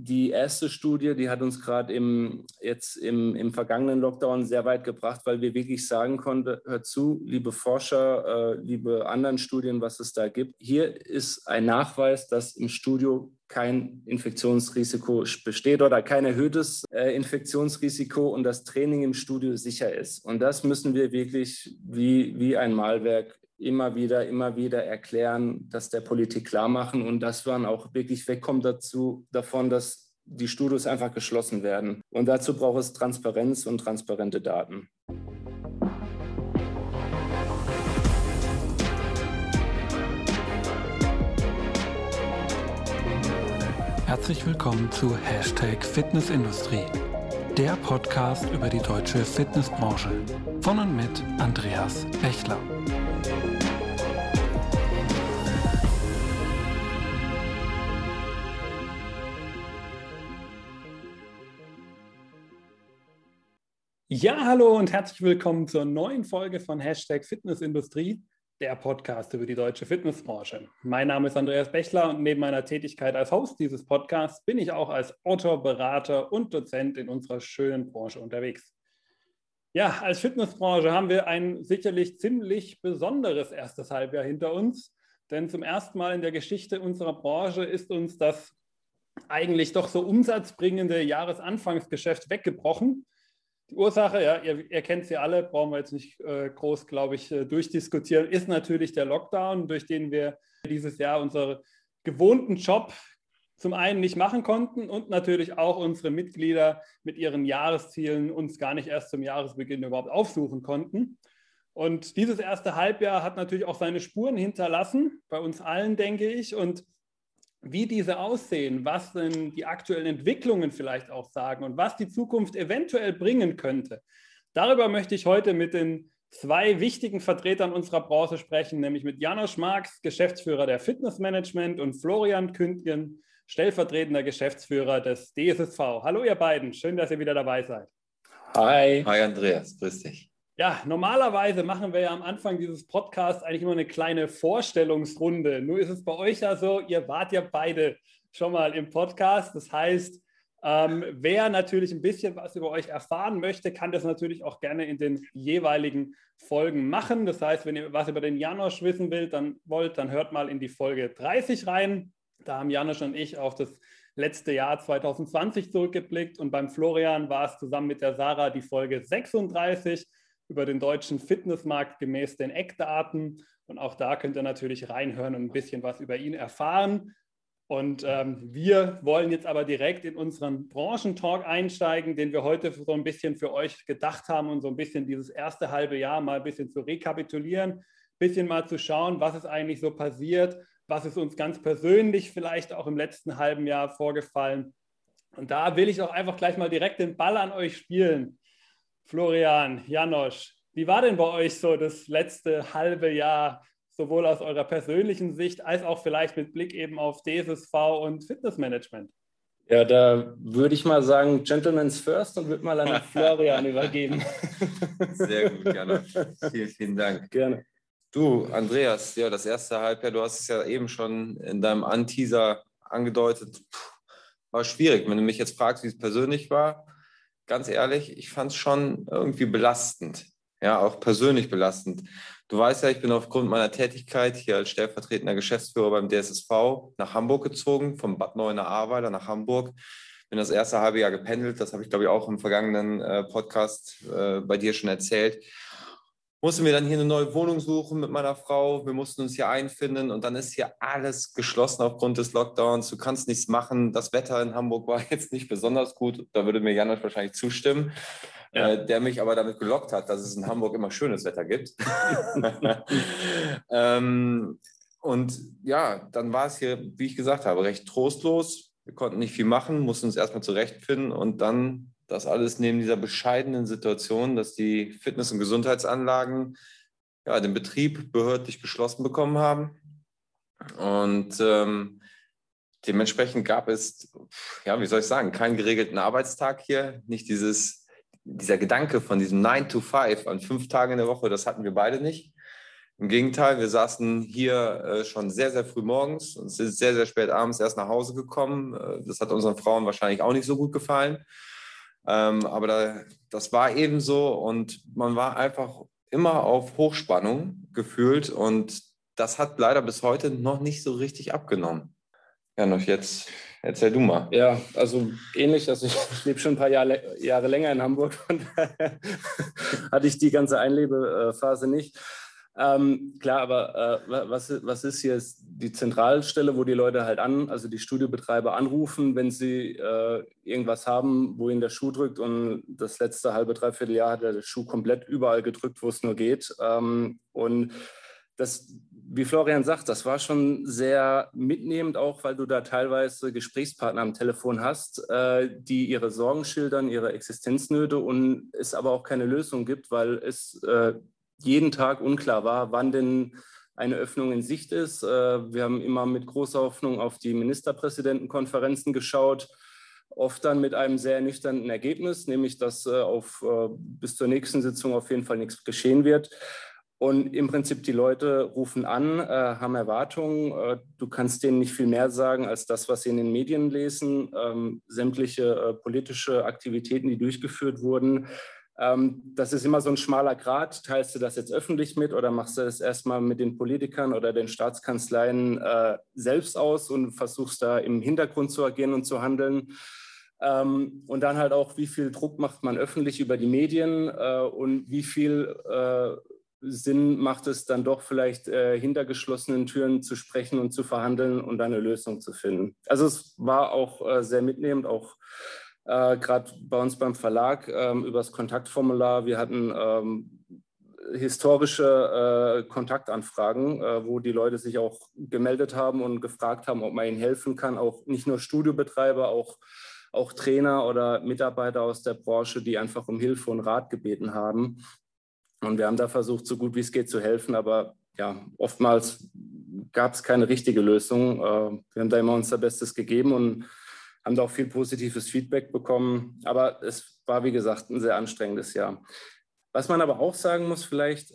die erste Studie, die hat uns gerade jetzt im vergangenen Lockdown sehr weit gebracht, weil wir wirklich sagen konnten, hört zu, liebe Forscher, liebe anderen Studien, was es da gibt. Hier ist ein Nachweis, dass im Studio kein Infektionsrisiko besteht oder kein erhöhtes Infektionsrisiko und das Training im Studio sicher ist. Und das müssen wir wirklich wie ein Mahlwerk immer wieder erklären, das der Politik klar machen und dass man auch wirklich wegkommt davon, dass die Studios einfach geschlossen werden. Und dazu braucht es Transparenz und transparente Daten. Herzlich willkommen zu #Fitnessindustrie, der Podcast über die deutsche Fitnessbranche. Von und mit Andreas Bechler. Ja, hallo und herzlich willkommen zur neuen Folge von #Fitnessindustrie, der Podcast über die deutsche Fitnessbranche. Mein Name ist Andreas Bechler und neben meiner Tätigkeit als Host dieses Podcasts bin ich auch als Autor, Berater und Dozent in unserer schönen Branche unterwegs. Ja, als Fitnessbranche haben wir ein sicherlich ziemlich besonderes erstes Halbjahr hinter uns, denn zum ersten Mal in der Geschichte unserer Branche ist uns das eigentlich doch so umsatzbringende Jahresanfangsgeschäft weggebrochen. Die Ursache, ja, ihr kennt sie alle, brauchen wir jetzt nicht groß, glaube ich, durchdiskutieren, ist natürlich der Lockdown, durch den wir dieses Jahr unseren gewohnten Job zum einen nicht machen konnten und natürlich auch unsere Mitglieder mit ihren Jahreszielen uns gar nicht erst zum Jahresbeginn überhaupt aufsuchen konnten. Und dieses erste Halbjahr hat natürlich auch seine Spuren hinterlassen, bei uns allen, denke ich. Und wie diese aussehen, was denn die aktuellen Entwicklungen vielleicht auch sagen und was die Zukunft eventuell bringen könnte. Darüber möchte ich heute mit den zwei wichtigen Vertretern unserer Branche sprechen, nämlich mit Janosch Marx, Geschäftsführer der Fitnessmanagement, und Florian Kündgen, stellvertretender Geschäftsführer des DSSV. Hallo ihr beiden, schön, dass ihr wieder dabei seid. Hi. Hi Andreas, grüß dich. Ja, normalerweise machen wir ja am Anfang dieses Podcasts eigentlich immer eine kleine Vorstellungsrunde. Nur ist es bei euch ja so, ihr wart ja beide schon mal im Podcast. Das heißt, wer natürlich ein bisschen was über euch erfahren möchte, kann das natürlich auch gerne in den jeweiligen Folgen machen. Das heißt, wenn ihr was über den Janosch wissen wollt, dann hört mal in die Folge 30 rein. Da haben Janosch und ich auf das letzte Jahr 2020 zurückgeblickt und beim Florian war es zusammen mit der Sarah die Folge 36 über den deutschen Fitnessmarkt gemäß den Eckdaten. Und auch da könnt ihr natürlich reinhören und ein bisschen was über ihn erfahren. Und wir wollen jetzt aber direkt in unseren Branchentalk einsteigen, den wir heute so ein bisschen für euch gedacht haben und so ein bisschen dieses erste halbe Jahr mal ein bisschen zu rekapitulieren, ein bisschen mal zu schauen, was ist eigentlich so passiert, was ist uns ganz persönlich vielleicht auch im letzten halben Jahr vorgefallen. Und da will ich auch einfach gleich mal direkt den Ball an euch spielen. Florian, Janosch, wie war denn bei euch so das letzte halbe Jahr, sowohl aus eurer persönlichen Sicht als auch vielleicht mit Blick eben auf DSSV und Fitnessmanagement? Ja, da würde ich mal sagen, Gentlemen's first und würde mal an Florian übergeben. Sehr gut, Janosch. Vielen Dank. Gerne. Du, Andreas, ja, das erste Halbjahr, du hast es ja eben schon in deinem Anteaser angedeutet, war schwierig. Wenn du mich jetzt fragst, wie es persönlich war, ganz ehrlich, ich fand es schon irgendwie belastend, ja, auch persönlich belastend. Du weißt ja, ich bin aufgrund meiner Tätigkeit hier als stellvertretender Geschäftsführer beim DSSV nach Hamburg gezogen, von Bad Neuenahr-Ahrweiler nach Hamburg. Bin das erste halbe Jahr gependelt, das habe ich, glaube ich, auch im vergangenen Podcast bei dir schon erzählt. Mussten wir dann hier eine neue Wohnung suchen mit meiner Frau. Wir mussten uns hier einfinden und dann ist hier alles geschlossen aufgrund des Lockdowns. Du kannst nichts machen. Das Wetter in Hamburg war jetzt nicht besonders gut. Da würde mir Janosch wahrscheinlich zustimmen, ja. Der mich aber damit gelockt hat, dass es in Hamburg immer schönes Wetter gibt. Und ja, dann war es hier, wie ich gesagt habe, recht trostlos. Wir konnten nicht viel machen, mussten uns erstmal zurechtfinden und dann das alles neben dieser bescheidenen Situation, dass die Fitness- und Gesundheitsanlagen ja, den Betrieb behördlich geschlossen bekommen haben. Und dementsprechend gab es, ja, wie soll ich sagen, keinen geregelten Arbeitstag hier. Nicht dieser Gedanke von diesem 9 to 5 an 5 Tagen in der Woche, das hatten wir beide nicht. Im Gegenteil, wir saßen hier schon sehr, sehr früh morgens und sind sehr, sehr spät abends erst nach Hause gekommen. Das hat unseren Frauen wahrscheinlich auch nicht so gut gefallen. Aber das war eben so und man war einfach immer auf Hochspannung gefühlt und das hat leider bis heute noch nicht so richtig abgenommen. Ja, noch jetzt erzähl du mal. Ja, also ähnlich. Also ich lebe schon ein paar Jahre länger in Hamburg, von daher hatte ich die ganze Einlebephase nicht. Klar, aber was ist hier ist die Zentralstelle, wo die Leute halt also die Studiobetreiber anrufen, wenn sie irgendwas haben, wo ihnen der Schuh drückt. Und das letzte halbe, dreiviertel Jahr hat der Schuh komplett überall gedrückt, wo es nur geht. Und das, wie Florian sagt, das war schon sehr mitnehmend auch, weil du da teilweise Gesprächspartner am Telefon hast, die ihre Sorgen schildern, ihre Existenznöte und es aber auch keine Lösung gibt, weil es jeden Tag unklar war, wann denn eine Öffnung in Sicht ist. Wir haben immer mit großer Hoffnung auf die Ministerpräsidentenkonferenzen geschaut, oft dann mit einem sehr ernüchternden Ergebnis, nämlich dass bis zur nächsten Sitzung auf jeden Fall nichts geschehen wird. Und im Prinzip die Leute rufen an, haben Erwartungen. Du kannst denen nicht viel mehr sagen als das, was sie in den Medien lesen. Sämtliche politische Aktivitäten, die durchgeführt wurden. Das ist immer so ein schmaler Grat. Teilst du das jetzt öffentlich mit oder machst du das erstmal mit den Politikern oder den Staatskanzleien selbst aus und versuchst da im Hintergrund zu agieren und zu handeln? Und dann halt auch, wie viel Druck macht man öffentlich über die Medien und wie viel Sinn macht es dann doch vielleicht hinter geschlossenen Türen zu sprechen und zu verhandeln und dann eine Lösung zu finden. Also es war auch sehr mitnehmend, auch gerade bei uns beim Verlag über das Kontaktformular. Wir hatten historische Kontaktanfragen, wo die Leute sich auch gemeldet haben und gefragt haben, ob man ihnen helfen kann. Auch nicht nur Studiobetreiber, auch Trainer oder Mitarbeiter aus der Branche, die einfach um Hilfe und Rat gebeten haben. Und wir haben da versucht, so gut wie es geht zu helfen, aber ja, oftmals gab es keine richtige Lösung. Wir haben da immer unser Bestes gegeben und haben da auch viel positives Feedback bekommen. Aber es war, wie gesagt, ein sehr anstrengendes Jahr. Was man aber auch sagen muss vielleicht,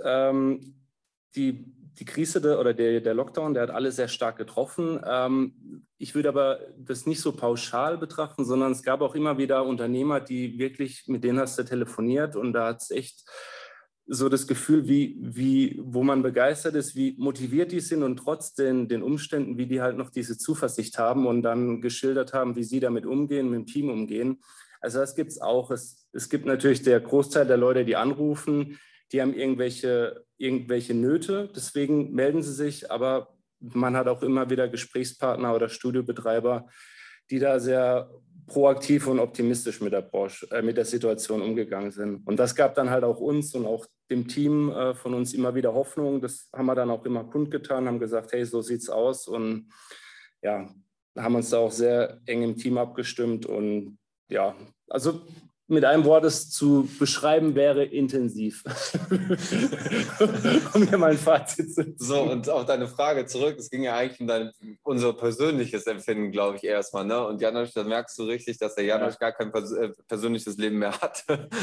die Krise oder der Lockdown, der hat alle sehr stark getroffen. Ich würde aber das nicht so pauschal betrachten, sondern es gab auch immer wieder Unternehmer, die wirklich, mit denen hast du telefoniert und da hat es echt so das Gefühl, wo man begeistert ist, wie motiviert die sind und trotz den Umständen, wie die halt noch diese Zuversicht haben und dann geschildert haben, wie sie damit umgehen, mit dem Team umgehen. Also das gibt es auch. Es gibt natürlich der Großteil der Leute, die anrufen, die haben irgendwelche Nöte, deswegen melden sie sich, aber man hat auch immer wieder Gesprächspartner oder Studiobetreiber, die da sehr proaktiv und optimistisch mit der Situation umgegangen sind. Und das gab dann halt auch uns und auch dem Team von uns immer wieder Hoffnung. Das haben wir dann auch immer kundgetan, haben gesagt, hey, so sieht's aus. Und ja, haben uns da auch sehr eng im Team abgestimmt. Und ja, also mit einem Wort es zu beschreiben wäre intensiv. Um mir mal ein Fazit zu ziehen. So, und auf deine Frage zurück, es ging ja eigentlich um unser persönliches Empfinden, glaube ich, erstmal. Ne? Und Janosch, da merkst du richtig, dass der Janosch gar kein persönliches Leben mehr hat.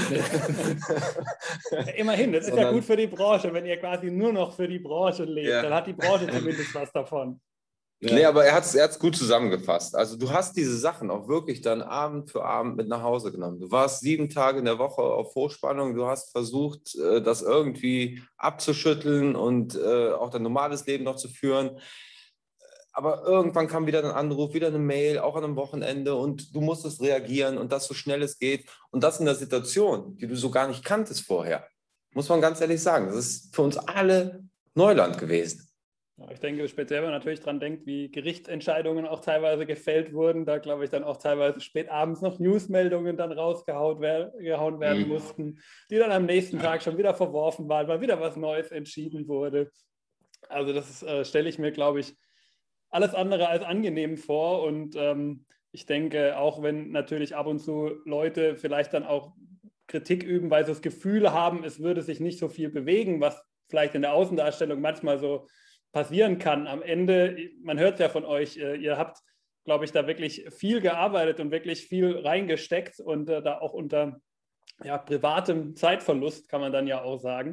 Immerhin, das ist ja gut für die Branche, wenn ihr quasi nur noch für die Branche lebt. Ja. Dann hat die Branche zumindest was davon. Ja. Nee, aber er hat's gut zusammengefasst. Also du hast diese Sachen auch wirklich dann Abend für Abend mit nach Hause genommen. Du warst 7 Tage in der Woche auf Hochspannung. Du hast versucht, das irgendwie abzuschütteln und auch dein normales Leben noch zu führen. Aber irgendwann kam wieder ein Anruf, wieder eine Mail, auch an einem Wochenende und du musstest reagieren und das so schnell es geht. Und das in der Situation, die du so gar nicht kanntest vorher. Muss man ganz ehrlich sagen. Das ist für uns alle Neuland gewesen. Ich denke, speziell, wenn man natürlich dran denkt, wie Gerichtsentscheidungen auch teilweise gefällt wurden, da glaube ich dann auch teilweise spät abends noch Newsmeldungen dann rausgehauen werden mussten, die dann am nächsten Tag schon wieder verworfen waren, weil wieder was Neues entschieden wurde. Also das stelle ich mir, glaube ich, alles andere als angenehm vor und ich denke, auch wenn natürlich ab und zu Leute vielleicht dann auch Kritik üben, weil sie das Gefühl haben, es würde sich nicht so viel bewegen, was vielleicht in der Außendarstellung manchmal so passieren kann. Am Ende, man hört es ja von euch, ihr habt, glaube ich, da wirklich viel gearbeitet und wirklich viel reingesteckt und da auch unter privatem Zeitverlust, kann man dann ja auch sagen.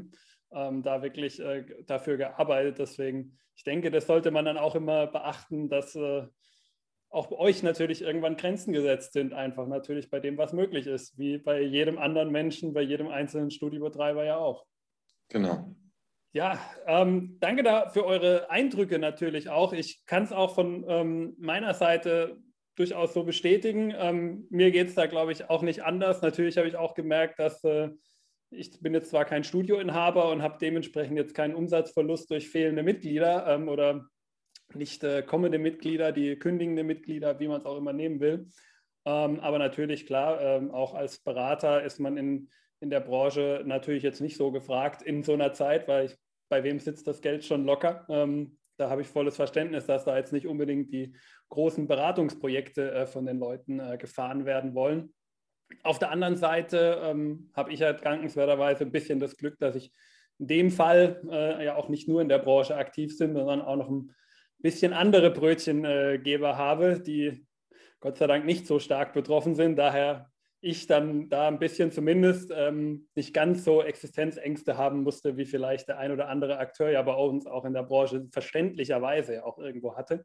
da wirklich dafür gearbeitet. Deswegen, ich denke, das sollte man dann auch immer beachten, dass auch bei euch natürlich irgendwann Grenzen gesetzt sind, einfach natürlich bei dem, was möglich ist, wie bei jedem anderen Menschen, bei jedem einzelnen Studiobetreiber ja auch. Genau. Ja, danke da für eure Eindrücke natürlich auch. Ich kann es auch von meiner Seite durchaus so bestätigen. Mir geht es da, glaube ich, auch nicht anders. Natürlich habe ich auch gemerkt, dass ich bin jetzt zwar kein Studioinhaber und habe dementsprechend jetzt keinen Umsatzverlust durch fehlende Mitglieder oder nicht kommende Mitglieder, die kündigende Mitglieder, wie man es auch immer nehmen will. Aber natürlich, klar, auch als Berater ist man in der Branche natürlich jetzt nicht so gefragt in so einer Zeit, weil bei wem sitzt das Geld schon locker? Da habe ich volles Verständnis, dass da jetzt nicht unbedingt die großen Beratungsprojekte von den Leuten gefahren werden wollen. Auf der anderen Seite habe ich halt dankenswerterweise ein bisschen das Glück, dass ich in dem Fall ja auch nicht nur in der Branche aktiv bin, sondern auch noch ein bisschen andere Brötchengeber habe, die Gott sei Dank nicht so stark betroffen sind. Daher ich dann da ein bisschen zumindest nicht ganz so Existenzängste haben musste, wie vielleicht der ein oder andere Akteur ja bei uns auch in der Branche verständlicherweise auch irgendwo hatte.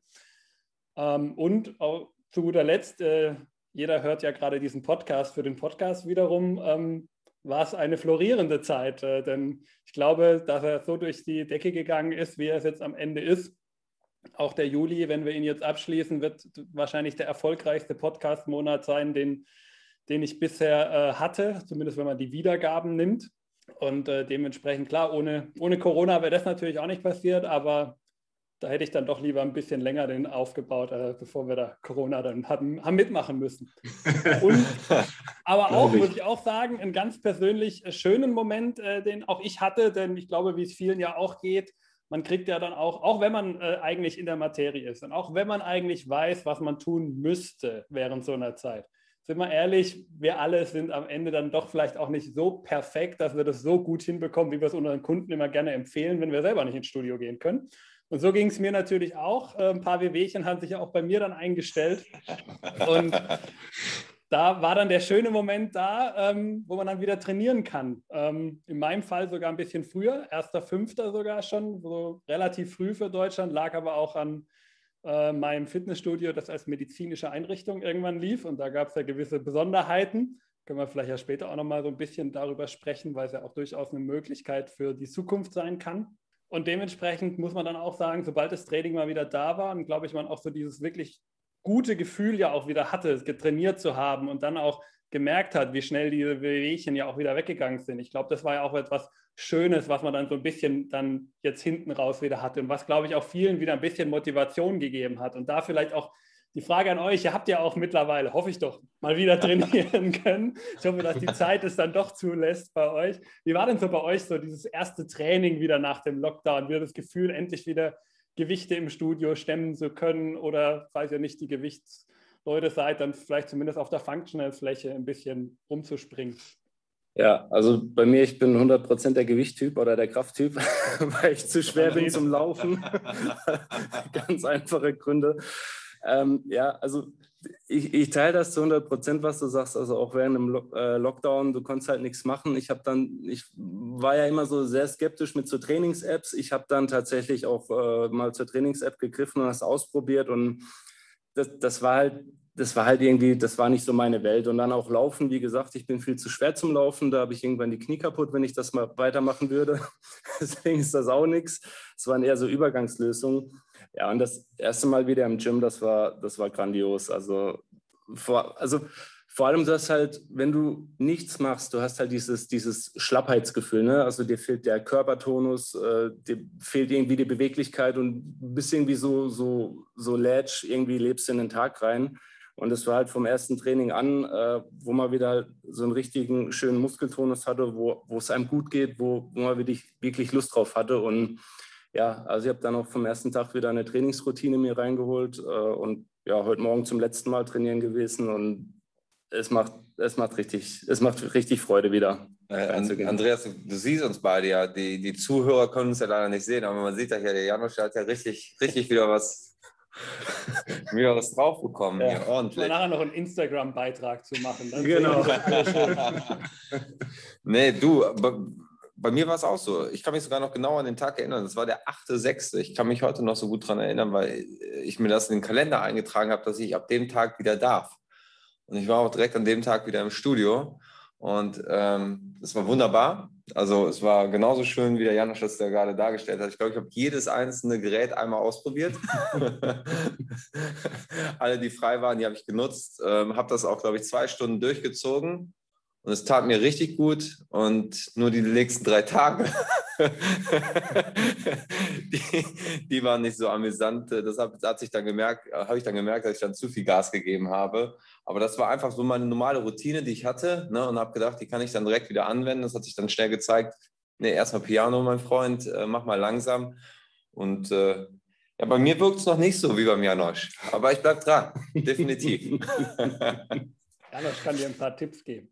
Und auch zu guter Letzt, jeder hört ja gerade diesen Podcast. Für den Podcast wiederum war es eine florierende Zeit, denn ich glaube, dass er so durch die Decke gegangen ist, wie er es jetzt am Ende ist. Auch der Juli, wenn wir ihn jetzt abschließen, wird wahrscheinlich der erfolgreichste Podcast-Monat sein, den ich bisher hatte, zumindest wenn man die Wiedergaben nimmt. Und dementsprechend, klar, ohne Corona wäre das natürlich auch nicht passiert, aber da hätte ich dann doch lieber ein bisschen länger den aufgebaut, bevor wir da Corona dann haben mitmachen müssen. Und, aber auch, muss ich auch sagen, einen ganz persönlich schönen Moment, den auch ich hatte, denn ich glaube, wie es vielen ja auch geht, man kriegt ja dann auch wenn man eigentlich in der Materie ist und auch wenn man eigentlich weiß, was man tun müsste während so einer Zeit. Sind wir ehrlich, wir alle sind am Ende dann doch vielleicht auch nicht so perfekt, dass wir das so gut hinbekommen, wie wir es unseren Kunden immer gerne empfehlen, wenn wir selber nicht ins Studio gehen können. Und so ging es mir natürlich auch. Ein paar Wehwehchen haben sich ja auch bei mir dann eingestellt. Und da war dann der schöne Moment da, wo man dann wieder trainieren kann. In meinem Fall sogar ein bisschen früher, 1.5. sogar schon, so relativ früh für Deutschland, lag aber auch an meinem Fitnessstudio, das als medizinische Einrichtung irgendwann lief. Und da gab es ja gewisse Besonderheiten. Können wir vielleicht ja später auch nochmal so ein bisschen darüber sprechen, weil es ja auch durchaus eine Möglichkeit für die Zukunft sein kann. Und dementsprechend muss man dann auch sagen, sobald das Training mal wieder da war und glaube ich, man auch so dieses wirklich gute Gefühl ja auch wieder hatte, getrainiert zu haben und dann auch gemerkt hat, wie schnell diese Wehwehchen ja auch wieder weggegangen sind. Ich glaube, das war ja auch etwas Schönes, was man dann so ein bisschen dann jetzt hinten raus wieder hatte und was, glaube ich, auch vielen wieder ein bisschen Motivation gegeben hat. Und da vielleicht auch die Frage an euch, ihr habt ja auch mittlerweile, hoffe ich doch, mal wieder trainieren können. Ich hoffe, dass die Zeit es dann doch zulässt bei euch. Wie war denn so bei euch so dieses erste Training wieder nach dem Lockdown? Wieder das Gefühl, endlich wieder Gewichte im Studio stemmen zu können oder, falls ihr nicht die Gewichtsleute seid, dann vielleicht zumindest auf der Functional-Fläche ein bisschen rumzuspringen? Ja, also bei mir, ich bin 100% der Gewichttyp oder der Krafttyp, weil ich zu schwer bin zum Laufen. Ganz einfache Gründe. Ja, also ich teile das zu 100%, was du sagst, also auch während dem Lockdown, du konntest halt nichts machen. Ich war ja immer so sehr skeptisch mit so Trainings-Apps. Ich habe dann tatsächlich auch mal zur Trainings-App gegriffen und das ausprobiert und das war halt irgendwie, das war nicht so meine Welt. Und dann auch Laufen, wie gesagt, ich bin viel zu schwer zum Laufen, da habe ich irgendwann die Knie kaputt, wenn ich das mal weitermachen würde. Deswegen ist das auch nichts. Es waren eher so Übergangslösungen. Ja, und das erste Mal wieder im Gym, das war grandios. Also vor allem das halt, wenn du nichts machst, du hast halt dieses Schlappheitsgefühl, ne? Also dir fehlt der Körpertonus, dir fehlt irgendwie die Beweglichkeit und du bist irgendwie so lätsch, irgendwie lebst in den Tag rein. Und es war halt vom ersten Training an, wo man wieder so einen richtigen schönen Muskeltonus hatte, wo es einem gut geht, wo man wirklich Lust drauf hatte. Und ja, also ich habe dann auch vom ersten Tag wieder eine Trainingsroutine mir reingeholt und ja, heute Morgen zum letzten Mal trainieren gewesen und es macht richtig Freude wieder. Andreas, du siehst uns beide ja, die Zuhörer können uns ja leider nicht sehen, aber man sieht ja hier, der Janusz hat ja richtig wieder was drauf bekommen, ja. Hier, ordentlich. Nachher noch einen Instagram-Beitrag zu machen. Genau. Nee, du, bei mir war es auch so. Ich kann mich sogar noch genau an den Tag erinnern. Das war der 8.6. Ich kann mich heute noch so gut daran erinnern, weil ich mir das in den Kalender eingetragen habe, dass ich ab dem Tag wieder darf. Und ich war auch direkt an dem Tag wieder im Studio. Und es war wunderbar. Also es war genauso schön, wie der Janosch das da gerade dargestellt hat. Ich glaube, ich habe jedes einzelne Gerät einmal ausprobiert. Alle, die frei waren, die habe ich genutzt. Habe das auch, glaube ich, 2 Stunden durchgezogen. Und es tat mir richtig gut. Und nur die nächsten 3 Tage, die waren nicht so amüsant. Das habe ich dann gemerkt, dass ich dann zu viel Gas gegeben habe. Aber das war einfach so meine normale Routine, die ich hatte, ne, und habe gedacht, die kann ich dann direkt wieder anwenden. Das hat sich dann schnell gezeigt. Nee, erstmal Piano, mein Freund, mach mal langsam. Und ja, bei mir wirkt es noch nicht so wie beim Janosch. Aber ich bleibe dran, definitiv. Janosch kann dir ein paar Tipps geben.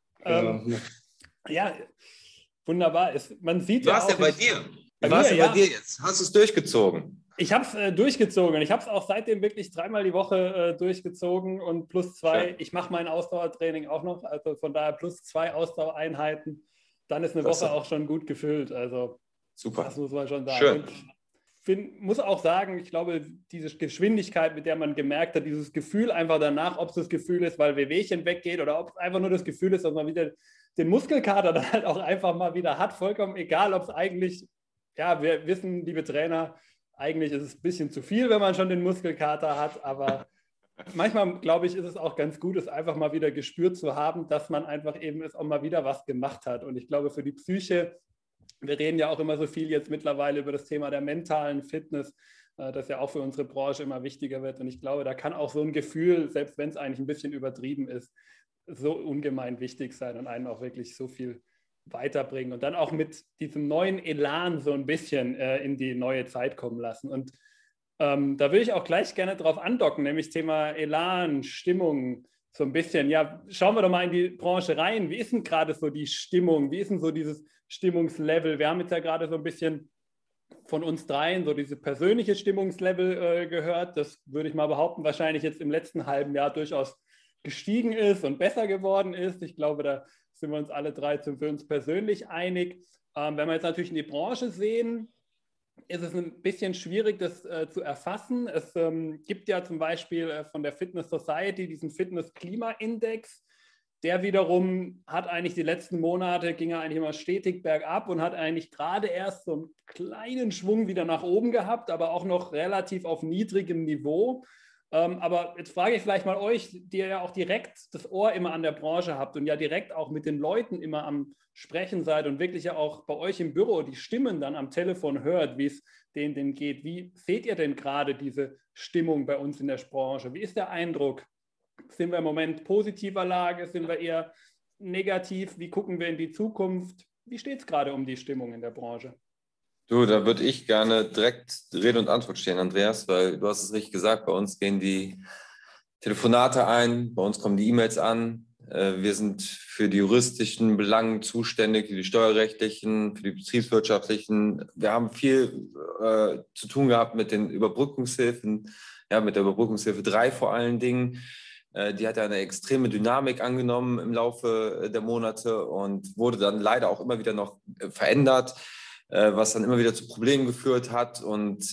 Ja, wunderbar. Man sieht Was denn bei dir? Was denn bei dir jetzt? Hast du es durchgezogen? Ich habe es durchgezogen. Ich habe es auch seitdem wirklich 3-mal die Woche durchgezogen und +2. Ja. Ich mache mein Ausdauertraining auch noch, also von daher +2 Ausdauereinheiten. Dann ist eine Woche auch schon gut gefüllt. Also super. Das muss man schon sagen. Schön. Muss auch sagen, ich glaube, diese Geschwindigkeit, mit der man gemerkt hat, dieses Gefühl einfach danach, ob es das Gefühl ist, weil Wehwehchen weggeht oder ob es einfach nur das Gefühl ist, dass man wieder den Muskelkater dann halt auch einfach mal wieder hat, vollkommen egal, ob es eigentlich, ja, wir wissen, liebe Trainer, eigentlich ist es ein bisschen zu viel, wenn man schon den Muskelkater hat, aber manchmal, glaube ich, ist es auch ganz gut, es einfach mal wieder gespürt zu haben, dass man einfach eben auch mal wieder was gemacht hat. Und ich glaube, für die Psyche, wir reden ja auch immer so viel jetzt mittlerweile über das Thema der mentalen Fitness, das ja auch für unsere Branche immer wichtiger wird. Und ich glaube, da kann auch so ein Gefühl, selbst wenn es eigentlich ein bisschen übertrieben ist, so ungemein wichtig sein und einen auch wirklich so viel weiterbringen und dann auch mit diesem neuen Elan so ein bisschen in die neue Zeit kommen lassen. Und da würde ich auch gleich gerne drauf andocken, nämlich Thema Elan, Stimmung, so ein bisschen. Ja, schauen wir doch mal in die Branche rein. Wie ist denn gerade so die Stimmung? Wie ist denn so dieses Stimmungslevel? Wir haben jetzt ja gerade so ein bisschen von uns dreien so diese persönliche Stimmungslevel gehört. Das würde ich mal behaupten, wahrscheinlich jetzt im letzten halben Jahr durchaus gestiegen ist und besser geworden ist. Ich glaube, da sind wir uns alle drei für uns persönlich einig. Wenn wir jetzt natürlich in die Branche sehen, ist es ein bisschen schwierig, das zu erfassen. Es gibt ja zum Beispiel von der Fitness Society diesen Fitness-Klima-Index. Der wiederum hat eigentlich die letzten Monate, ging er eigentlich immer stetig bergab und hat eigentlich gerade erst so einen kleinen Schwung wieder nach oben gehabt, aber auch noch relativ auf niedrigem Niveau. Aber jetzt frage ich vielleicht mal euch, die ja auch direkt das Ohr immer an der Branche habt und ja direkt auch mit den Leuten immer am Sprechen seid und wirklich ja auch bei euch im Büro die Stimmen dann am Telefon hört, wie es denen geht. Wie seht ihr denn gerade diese Stimmung bei uns in der Branche? Wie ist der Eindruck? Sind wir im Moment positiver Lage? Sind wir eher negativ? Wie gucken wir in die Zukunft? Wie steht es gerade um die Stimmung in der Branche? Du, da würde ich gerne direkt Rede und Antwort stehen, Andreas, weil du hast es richtig gesagt, bei uns gehen die Telefonate ein, bei uns kommen die E-Mails an. Wir sind für die juristischen Belange zuständig, für die steuerrechtlichen, für die betriebswirtschaftlichen. Wir haben viel zu tun gehabt mit den Überbrückungshilfen, ja, mit der Überbrückungshilfe 3 vor allen Dingen. Die hat eine extreme Dynamik angenommen im Laufe der Monate und wurde dann leider auch immer wieder noch verändert, was dann immer wieder zu Problemen geführt hat. Und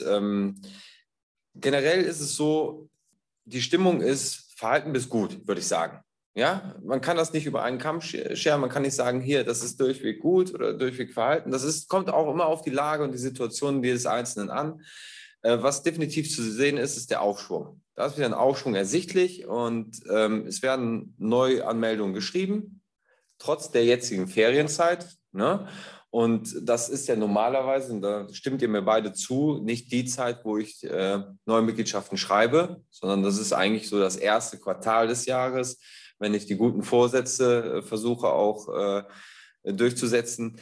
generell ist es so, die Stimmung ist verhalten bis gut, würde ich sagen. Ja, man kann das nicht über einen Kamm scheren, man kann nicht sagen, hier, das ist durchweg gut oder durchweg verhalten. Kommt auch immer auf die Lage und die Situation jedes Einzelnen an. Was definitiv zu sehen ist, ist der Aufschwung. Da ist wieder ein Aufschwung ersichtlich und es werden Neuanmeldungen geschrieben, trotz der jetzigen Ferienzeit. Ne? Und das ist ja normalerweise, und da stimmt ihr mir beide zu, nicht die Zeit, wo ich neue Mitgliedschaften schreibe, sondern das ist eigentlich so das erste Quartal des Jahres, wenn ich die guten Vorsätze versuche auch durchzusetzen.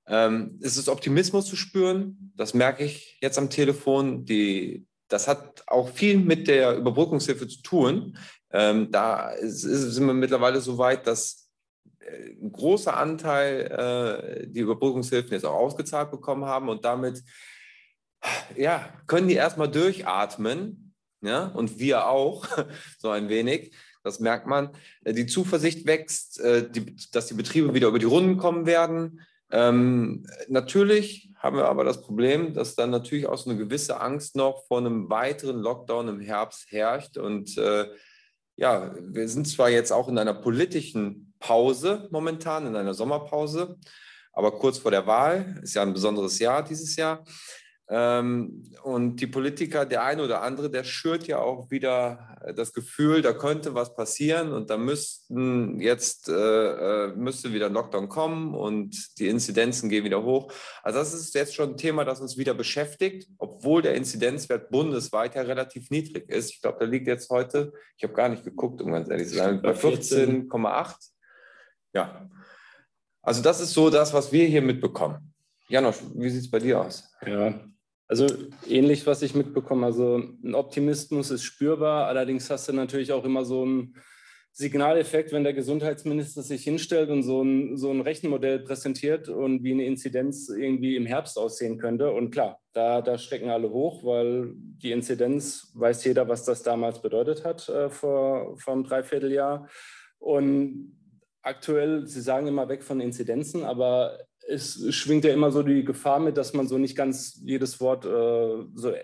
Es ist Optimismus zu spüren, das merke ich jetzt am Telefon. Das hat auch viel mit der Überbrückungshilfe zu tun. Da sind wir mittlerweile so weit, dass ein großer Anteil die Überbrückungshilfen jetzt auch ausgezahlt bekommen haben und damit ja, können die erstmal durchatmen, ja, und wir auch so ein wenig. Das merkt man. Die Zuversicht wächst, dass die Betriebe wieder über die Runden kommen werden. Natürlich haben wir aber das Problem, dass dann natürlich auch so eine gewisse Angst noch vor einem weiteren Lockdown im Herbst herrscht. Und ja, wir sind zwar jetzt auch in einer politischen Pause momentan, in einer Sommerpause, aber kurz vor der Wahl, ist ja ein besonderes Jahr dieses Jahr. Und die Politiker, der eine oder andere, der schürt ja auch wieder das Gefühl, da könnte was passieren und da müsste wieder ein Lockdown kommen und die Inzidenzen gehen wieder hoch. Also das ist jetzt schon ein Thema, das uns wieder beschäftigt, obwohl der Inzidenzwert bundesweit ja relativ niedrig ist. Ich glaube, der liegt jetzt heute, ich habe gar nicht geguckt, um ganz ehrlich zu sein, bei 14,8. Ja, also das ist so das, was wir hier mitbekommen. Janosch, wie sieht es bei dir aus? Ja, also ähnlich, was ich mitbekomme. Also ein Optimismus ist spürbar. Allerdings hast du natürlich auch immer so einen Signaleffekt, wenn der Gesundheitsminister sich hinstellt und so ein Rechenmodell präsentiert und wie eine Inzidenz irgendwie im Herbst aussehen könnte. Und klar, da schrecken alle hoch, weil die Inzidenz, weiß jeder, was das damals bedeutet hat vor einem Dreivierteljahr. Und aktuell, Sie sagen immer weg von Inzidenzen, aber es schwingt ja immer so die Gefahr mit, dass man so nicht ganz jedes Wort so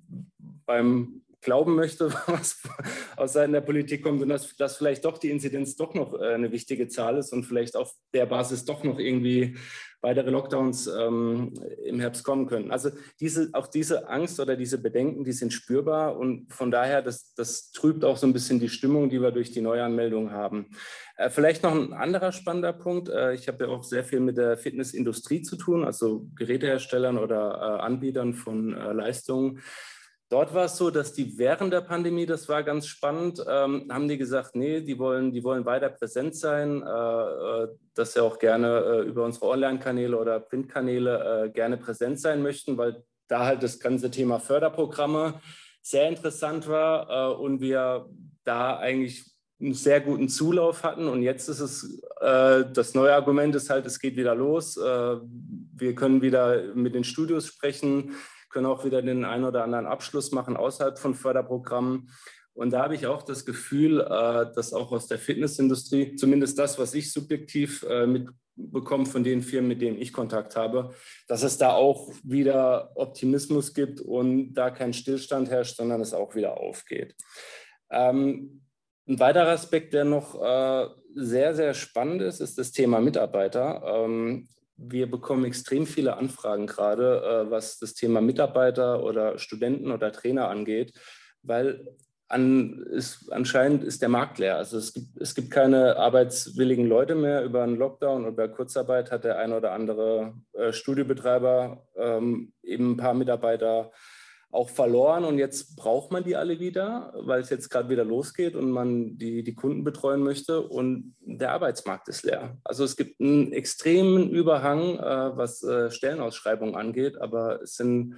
beim glauben möchte, was aus Seiten der Politik kommt und dass vielleicht doch die Inzidenz doch noch eine wichtige Zahl ist und vielleicht auf der Basis doch noch irgendwie weitere Lockdowns im Herbst kommen können. Also diese Angst oder diese Bedenken, die sind spürbar und von daher, das trübt auch so ein bisschen die Stimmung, die wir durch die Neuanmeldung haben. Vielleicht noch ein anderer spannender Punkt. Ich habe ja auch sehr viel mit der Fitnessindustrie zu tun, also Geräteherstellern oder Anbietern von Leistungen. Dort war es so, dass die während der Pandemie, das war ganz spannend, haben die gesagt, nee, die wollen weiter präsent sein, dass sie auch gerne über unsere Online-Kanäle oder Printkanäle gerne präsent sein möchten, weil da halt das ganze Thema Förderprogramme sehr interessant war und wir da eigentlich einen sehr guten Zulauf hatten. Und jetzt ist es, das neue Argument ist halt, es geht wieder los. Wir können wieder mit den Studios sprechen, können auch wieder den einen oder anderen Abschluss machen außerhalb von Förderprogrammen. Und da habe ich auch das Gefühl, dass auch aus der Fitnessindustrie, zumindest das, was ich subjektiv mitbekomme von den Firmen, mit denen ich Kontakt habe, dass es da auch wieder Optimismus gibt und da kein Stillstand herrscht, sondern es auch wieder aufgeht. Ein weiterer Aspekt, der noch sehr, sehr spannend ist, ist das Thema Mitarbeiter. Wir bekommen extrem viele Anfragen gerade, was das Thema Mitarbeiter oder Studenten oder Trainer angeht, weil anscheinend ist der Markt leer. Also es gibt keine arbeitswilligen Leute mehr. Über einen Lockdown oder Kurzarbeit hat der ein oder andere Studiobetreiber eben ein paar Mitarbeiter auch verloren und jetzt braucht man die alle wieder, weil es jetzt gerade wieder losgeht und man die Kunden betreuen möchte und der Arbeitsmarkt ist leer. Also es gibt einen extremen Überhang, was Stellenausschreibungen angeht, aber es sind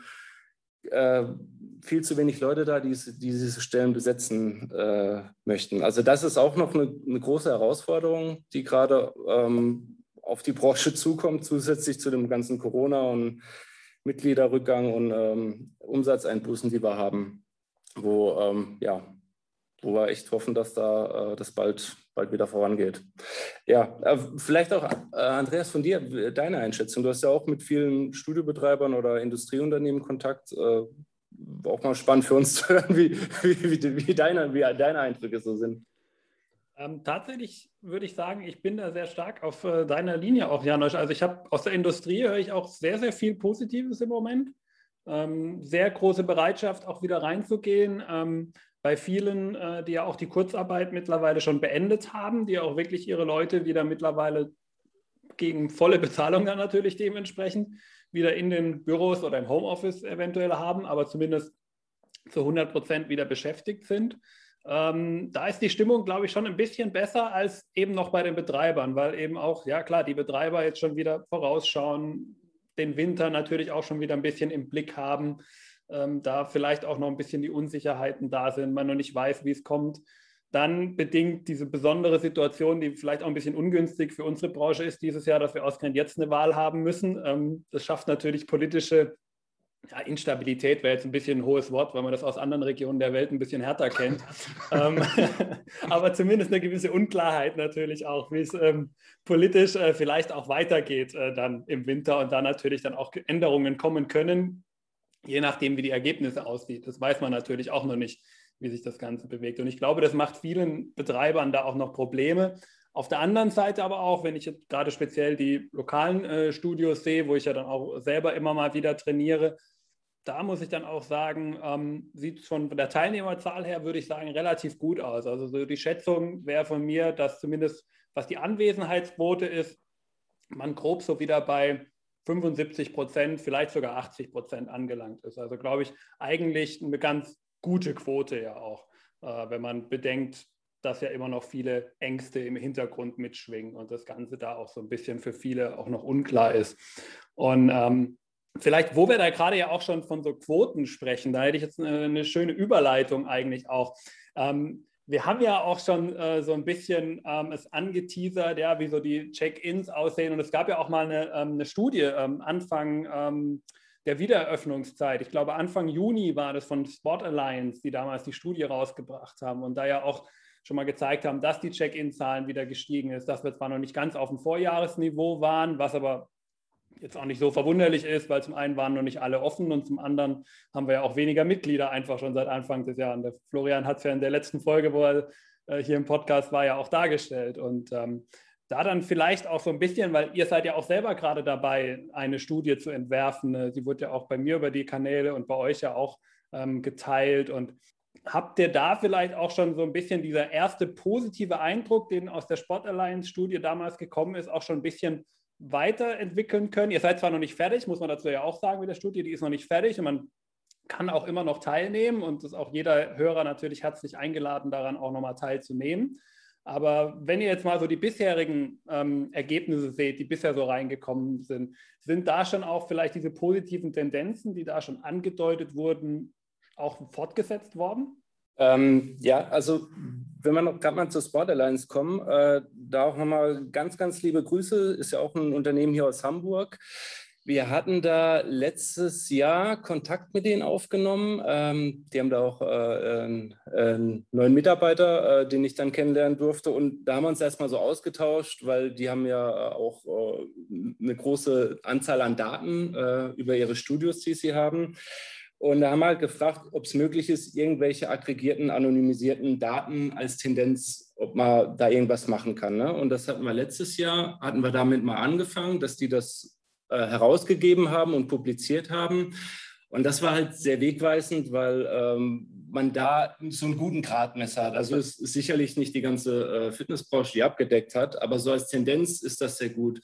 viel zu wenig Leute da, die diese Stellen besetzen möchten. Also das ist auch noch eine große Herausforderung, die gerade auf die Branche zukommt, zusätzlich zu dem ganzen Corona und Mitgliederrückgang und Umsatzeinbußen, die wir haben, wo wir echt hoffen, dass da das bald wieder vorangeht. Ja, vielleicht auch, Andreas, von dir, deine Einschätzung. Du hast ja auch mit vielen Studiobetreibern oder Industrieunternehmen Kontakt. Auch mal spannend für uns zu hören, wie deine Eindrücke so sind. Tatsächlich würde ich sagen, ich bin da sehr stark auf deiner Linie auch, Janosch. Also ich habe aus der Industrie höre ich auch sehr, sehr viel Positives im Moment. Sehr große Bereitschaft, auch wieder reinzugehen. Bei vielen, die ja auch die Kurzarbeit mittlerweile schon beendet haben, die auch wirklich ihre Leute wieder mittlerweile gegen volle Bezahlung dann natürlich dementsprechend wieder in den Büros oder im Homeoffice eventuell haben, aber zumindest zu 100% wieder beschäftigt sind. Da ist die Stimmung, glaube ich, schon ein bisschen besser als eben noch bei den Betreibern, weil eben auch, ja klar, die Betreiber jetzt schon wieder vorausschauen, den Winter natürlich auch schon wieder ein bisschen im Blick haben, da vielleicht auch noch ein bisschen die Unsicherheiten da sind, man noch nicht weiß, wie es kommt. Dann bedingt diese besondere Situation, die vielleicht auch ein bisschen ungünstig für unsere Branche ist dieses Jahr, dass wir ausgerechnet jetzt eine Wahl haben müssen. Das schafft natürlich politische ja, Instabilität wäre jetzt ein bisschen ein hohes Wort, weil man das aus anderen Regionen der Welt ein bisschen härter kennt. Aber zumindest eine gewisse Unklarheit natürlich auch, wie es politisch vielleicht auch weitergeht dann im Winter und da natürlich dann auch Änderungen kommen können, je nachdem, wie die Ergebnisse aussieht. Das weiß man natürlich auch noch nicht, wie sich das Ganze bewegt. Und ich glaube, das macht vielen Betreibern da auch noch Probleme. Auf der anderen Seite aber auch, wenn ich jetzt gerade speziell die lokalen Studios sehe, wo ich ja dann auch selber immer mal wieder trainiere, da muss ich dann auch sagen, sieht es von der Teilnehmerzahl her, würde ich sagen, relativ gut aus. Also so die Schätzung wäre von mir, dass zumindest, was die Anwesenheitsquote ist, man grob so wieder bei 75%, vielleicht sogar 80% angelangt ist. Also glaube ich, eigentlich eine ganz gute Quote ja auch, wenn man bedenkt, dass ja immer noch viele Ängste im Hintergrund mitschwingen und das Ganze da auch so ein bisschen für viele auch noch unklar ist. Und vielleicht, wo wir da gerade ja auch schon von so Quoten sprechen, da hätte ich jetzt eine schöne Überleitung eigentlich auch. Wir haben ja auch schon so ein bisschen es angeteasert, ja, wie so die Check-ins aussehen. Und es gab ja auch mal eine Studie Anfang der Wiedereröffnungszeit. Ich glaube, Anfang Juni war das von Sport Alliance, die damals die Studie rausgebracht haben und da ja auch schon mal gezeigt haben, dass die Check-in-Zahlen wieder gestiegen ist, dass wir zwar noch nicht ganz auf dem Vorjahresniveau waren, was aber jetzt auch nicht so verwunderlich ist, weil zum einen waren noch nicht alle offen und zum anderen haben wir ja auch weniger Mitglieder einfach schon seit Anfang des Jahres. Der Florian hat es ja in der letzten Folge, wo er hier im Podcast war, ja auch dargestellt. Und da dann vielleicht auch so ein bisschen, weil ihr seid ja auch selber gerade dabei, eine Studie zu entwerfen. Sie wurde ja auch bei mir über die Kanäle und bei euch ja auch geteilt. Und habt ihr da vielleicht auch schon so ein bisschen dieser erste positive Eindruck, den aus der Sport Alliance-Studie damals gekommen ist, auch schon ein bisschen weiterentwickeln können? Ihr seid zwar noch nicht fertig, muss man dazu ja auch sagen mit der Studie, die ist noch nicht fertig und man kann auch immer noch teilnehmen und ist auch jeder Hörer natürlich herzlich eingeladen, daran auch nochmal teilzunehmen. Aber wenn ihr jetzt mal so die bisherigen Ergebnisse seht, die bisher so reingekommen sind, sind da schon auch vielleicht diese positiven Tendenzen, die da schon angedeutet wurden, auch fortgesetzt worden? Ja, also wenn wir noch gerade mal zur Sport Alliance kommen, da auch nochmal ganz, ganz liebe Grüße, ist ja auch ein Unternehmen hier aus Hamburg. Wir hatten da letztes Jahr Kontakt mit denen aufgenommen. Die haben da auch einen neuen Mitarbeiter, den ich dann kennenlernen durfte. Und da haben wir uns erstmal so ausgetauscht, weil die haben ja auch eine große Anzahl an Daten über ihre Studios, die sie haben. Und da haben wir halt gefragt, ob es möglich ist, irgendwelche aggregierten, anonymisierten Daten als Tendenz, ob man da irgendwas machen kann. Ne? Und das hatten wir letztes Jahr, hatten wir damit mal angefangen, dass die das herausgegeben haben und publiziert haben. Und das war halt sehr wegweisend, weil man da so einen guten Gradmesser hat. Also es ist sicherlich nicht die ganze Fitnessbranche, die abgedeckt hat, aber so als Tendenz ist das sehr gut.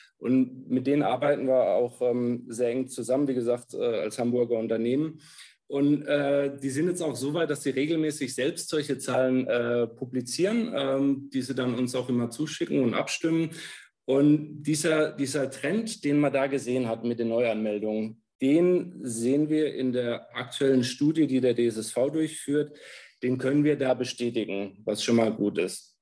Und mit denen arbeiten wir auch sehr eng zusammen, wie gesagt, als Hamburger Unternehmen. Und die sind jetzt auch so weit, dass sie regelmäßig selbst solche Zahlen publizieren, die sie dann uns auch immer zuschicken und abstimmen. Und dieser Trend, den man da gesehen hat mit den Neuanmeldungen, den sehen wir in der aktuellen Studie, die der DSSV durchführt, den können wir da bestätigen, was schon mal gut ist.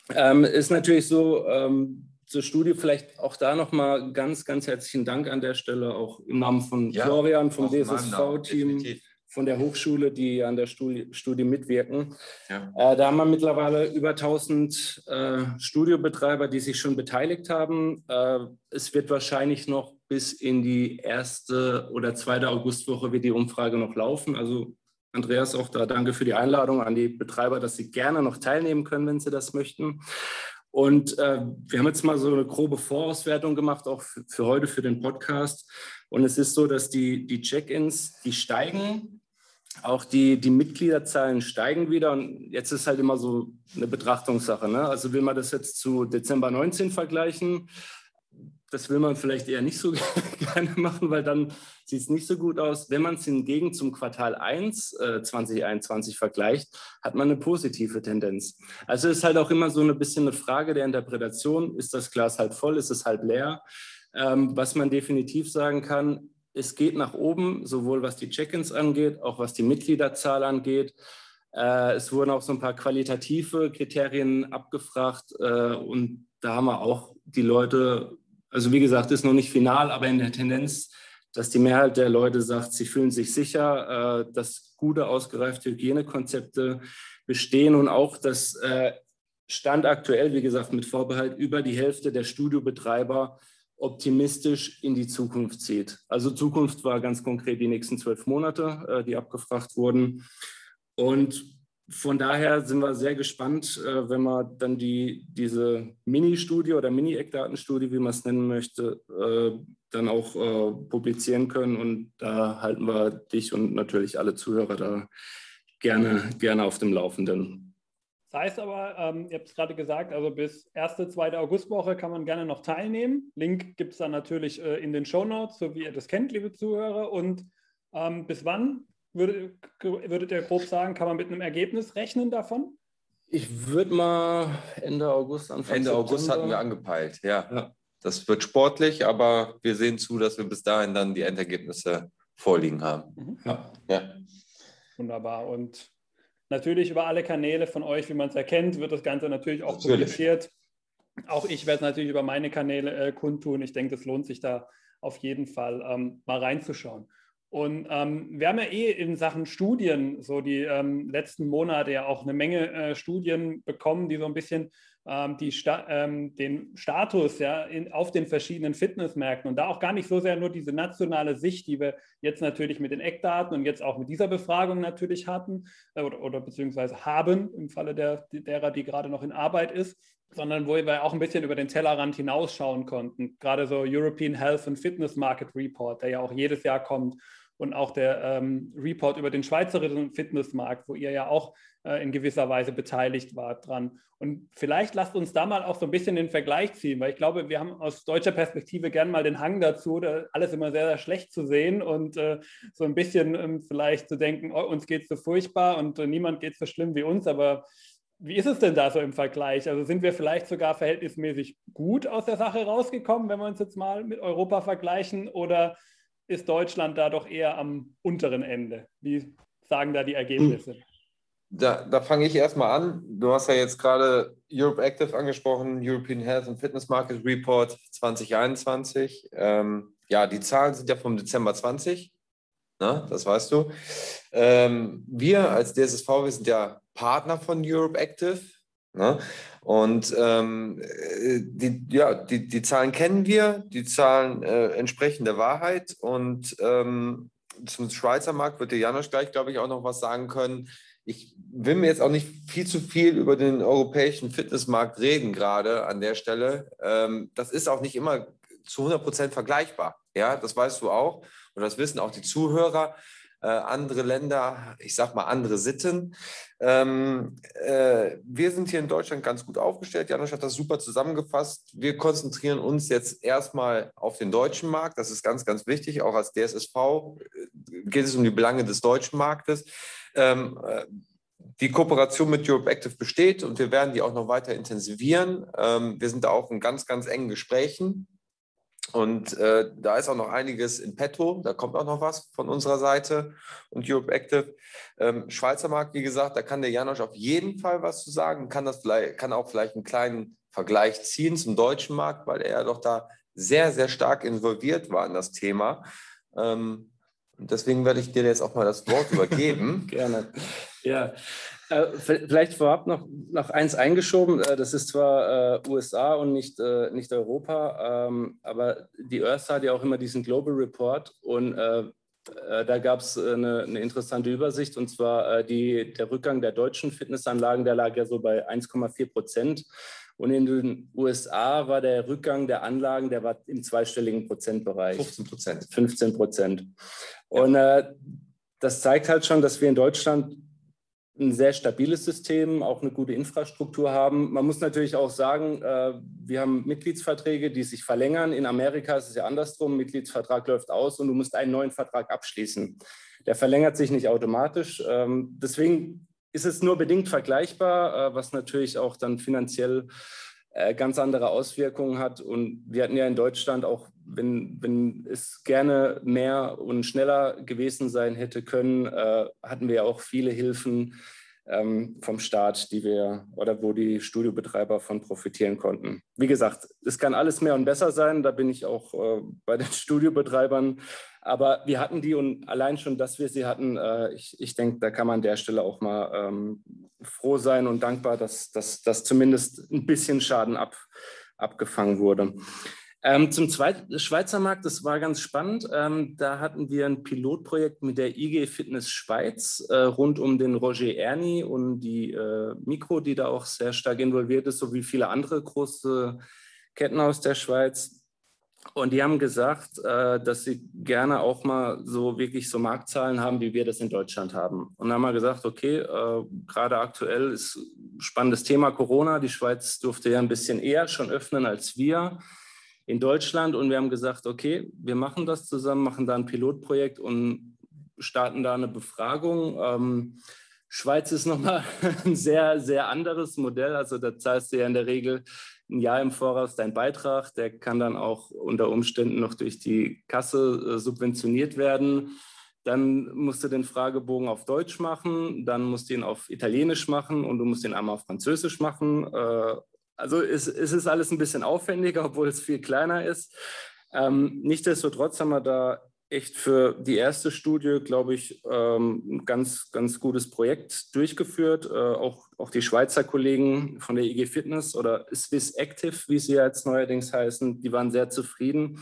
Ist natürlich so, zur Studie vielleicht auch da nochmal ganz, ganz herzlichen Dank an der Stelle, auch im Namen von Florian, vom DSSV-Team, von der Hochschule, die an der Studie mitwirken. Ja. Da haben wir mittlerweile über 1000 Studiobetreiber, die sich schon beteiligt haben. Es wird wahrscheinlich noch bis in die 1. oder 2. Augustwoche wird die Umfrage noch laufen. Also Andreas, auch da danke für die Einladung an die Betreiber, dass sie gerne noch teilnehmen können, wenn sie das möchten. Und wir haben jetzt mal so eine grobe Vorauswertung gemacht, auch für heute, für den Podcast. Und es ist so, dass die Check-ins, die steigen, auch die Mitgliederzahlen steigen wieder. Und jetzt ist halt immer so eine Betrachtungssache. Ne? Also will man das jetzt zu Dezember 19 vergleichen? Das will man vielleicht eher nicht so gerne machen, weil dann sieht es nicht so gut aus. Wenn man es hingegen zum Quartal 1 2021 vergleicht, hat man eine positive Tendenz. Also ist halt auch immer so ein bisschen eine Frage der Interpretation. Ist das Glas halb voll, ist es halb leer? Was man definitiv sagen kann, es geht nach oben, sowohl was die Check-ins angeht, auch was die Mitgliederzahl angeht. Es wurden auch so ein paar qualitative Kriterien abgefragt und da haben wir auch die Leute, also wie gesagt, ist noch nicht final, aber in der Tendenz, dass die Mehrheit der Leute sagt, sie fühlen sich sicher, dass gute, ausgereifte Hygienekonzepte bestehen und auch, dass Stand aktuell, wie gesagt, mit Vorbehalt über die Hälfte der Studiobetreiber optimistisch in die Zukunft sieht. Also Zukunft war ganz konkret die nächsten 12 Monate, die abgefragt wurden. Und von daher sind wir sehr gespannt, wenn man dann diese Mini-Studie oder Mini-Eckdatenstudie, wie man es nennen möchte, dann auch publizieren können. Und da halten wir dich und natürlich alle Zuhörer da gerne auf dem Laufenden. Das heißt aber, ihr habt es gerade gesagt, also bis 1., 2. Augustwoche kann man gerne noch teilnehmen. Link gibt es dann natürlich in den Shownotes, so wie ihr das kennt, liebe Zuhörer. Und bis wann würdet ihr grob sagen, kann man mit einem Ergebnis rechnen davon? Ich würde mal Ende August anfangen. Ende August hatten wir angepeilt, ja. Das wird sportlich, aber wir sehen zu, dass wir bis dahin dann die Endergebnisse vorliegen haben. Ja. Wunderbar. Und natürlich über alle Kanäle von euch, wie man es erkennt, wird das Ganze natürlich auch publiziert. Auch ich werde es natürlich über meine Kanäle kundtun. Ich denke, es lohnt sich da auf jeden Fall mal reinzuschauen. Und wir haben ja in Sachen Studien so die letzten Monate ja auch eine Menge Studien bekommen, die so ein bisschen den Status auf den verschiedenen Fitnessmärkten und da auch gar nicht so sehr nur diese nationale Sicht, die wir jetzt natürlich mit den Eckdaten und jetzt auch mit dieser Befragung natürlich hatten oder beziehungsweise haben im Falle derer, die gerade noch in Arbeit ist, sondern wo wir auch ein bisschen über den Tellerrand hinausschauen konnten. Gerade so European Health and Fitness Market Report, der ja auch jedes Jahr kommt, und auch der Report über den schweizerischen Fitnessmarkt, wo ihr ja auch in gewisser Weise beteiligt wart dran. Und vielleicht lasst uns da mal auch so ein bisschen den Vergleich ziehen, weil ich glaube, wir haben aus deutscher Perspektive gern mal den Hang dazu, alles immer sehr, sehr schlecht zu sehen und so ein bisschen vielleicht zu denken, oh, uns geht es so furchtbar und niemand geht es so schlimm wie uns, aber wie ist es denn da so im Vergleich? Also sind wir vielleicht sogar verhältnismäßig gut aus der Sache rausgekommen, wenn wir uns jetzt mal mit Europa vergleichen, oder ist Deutschland da doch eher am unteren Ende? Wie sagen da die Ergebnisse? Da fange ich erstmal an. Du hast ja jetzt gerade Europe Active angesprochen, European Health and Fitness Market Report 2021. Die Zahlen sind ja vom Dezember 20, ne? Das weißt du. Wir als DSSV, wir sind ja Partner von Europe Active. Ne? Und die Zahlen kennen wir, die Zahlen entsprechen der Wahrheit. Und zum Schweizer Markt wird der Janosch gleich, glaube ich, auch noch was sagen können. Ich will mir jetzt auch nicht zu viel über den europäischen Fitnessmarkt reden, gerade an der Stelle. Das ist auch nicht immer zu 100% vergleichbar. Ja, das weißt du auch und das wissen auch die Zuhörer. Andere Länder, ich sag mal andere Sitten. Wir sind hier in Deutschland ganz gut aufgestellt. Janosch hat das super zusammengefasst. Wir konzentrieren uns jetzt erstmal auf den deutschen Markt. Das ist ganz, ganz wichtig. Auch als DSSV geht es um die Belange des deutschen Marktes. Die Kooperation mit Europe Active besteht und wir werden die auch noch weiter intensivieren. Wir sind da auch in ganz, ganz engen Gesprächen. Und da ist auch noch einiges in petto, da kommt auch noch was von unserer Seite und Europe Active. Schweizer Markt, wie gesagt, da kann der Janosch auf jeden Fall was zu sagen, kann auch vielleicht einen kleinen Vergleich ziehen zum deutschen Markt, weil er ja doch da sehr, sehr stark involviert war in das Thema. Und deswegen werde ich dir jetzt auch mal das Wort übergeben. Gerne. Ja. Vielleicht vorab noch eins eingeschoben. Das ist zwar USA und nicht Europa, aber die Earth hat ja auch immer diesen Global Report und da gab es eine interessante Übersicht, und zwar der Rückgang der deutschen Fitnessanlagen, der lag ja so bei 1,4%. Und in den USA war der Rückgang der Anlagen, der war im zweistelligen Prozentbereich. 15%. 15%. Und das zeigt halt schon, dass wir in Deutschland ein sehr stabiles System, auch eine gute Infrastruktur haben. Man muss natürlich auch sagen, wir haben Mitgliedsverträge, die sich verlängern. In Amerika ist es ja andersrum. Mitgliedsvertrag läuft aus und du musst einen neuen Vertrag abschließen. Der verlängert sich nicht automatisch. Deswegen ist es nur bedingt vergleichbar, was natürlich auch dann finanziell ganz andere Auswirkungen hat. Und wir hatten ja in Deutschland auch, wenn es gerne mehr und schneller gewesen sein hätte können, hatten wir ja auch viele Hilfen vom Staat, wo die Studiobetreiber von profitieren konnten. Wie gesagt, es kann alles mehr und besser sein, da bin ich auch bei den Studiobetreibern Aber wir hatten die und allein schon, dass wir sie hatten, ich denke, da kann man an der Stelle auch mal froh sein und dankbar, dass zumindest ein bisschen Schaden abgefangen wurde. Zum Schweizer Markt, das war ganz spannend. Da hatten wir ein Pilotprojekt mit der IG Fitness Schweiz rund um den Roger Erni und die Mikro, die da auch sehr stark involviert ist, sowie viele andere große Ketten aus der Schweiz. Und die haben gesagt, dass sie gerne auch mal so wirklich so Marktzahlen haben, wie wir das in Deutschland haben. Und dann haben wir gesagt, okay, gerade aktuell ist ein spannendes Thema Corona. Die Schweiz durfte ja ein bisschen eher schon öffnen als wir in Deutschland. Und wir haben gesagt, okay, wir machen das zusammen, machen da ein Pilotprojekt und starten da eine Befragung. Schweiz ist nochmal ein sehr, sehr anderes Modell. Also da zahlst du ja in der Regel ein Jahr im Voraus deinen Beitrag. Der kann dann auch unter Umständen noch durch die Kasse subventioniert werden. Dann musst du den Fragebogen auf Deutsch machen, dann musst du ihn auf Italienisch machen und du musst ihn einmal auf Französisch machen. Also es ist alles ein bisschen aufwendiger, obwohl es viel kleiner ist. Nichtsdestotrotz haben wir da echt für die erste Studie, glaube ich, ein ganz, ganz gutes Projekt durchgeführt. Auch die Schweizer Kollegen von der IG Fitness oder Swiss Active, wie sie jetzt neuerdings heißen, die waren sehr zufrieden.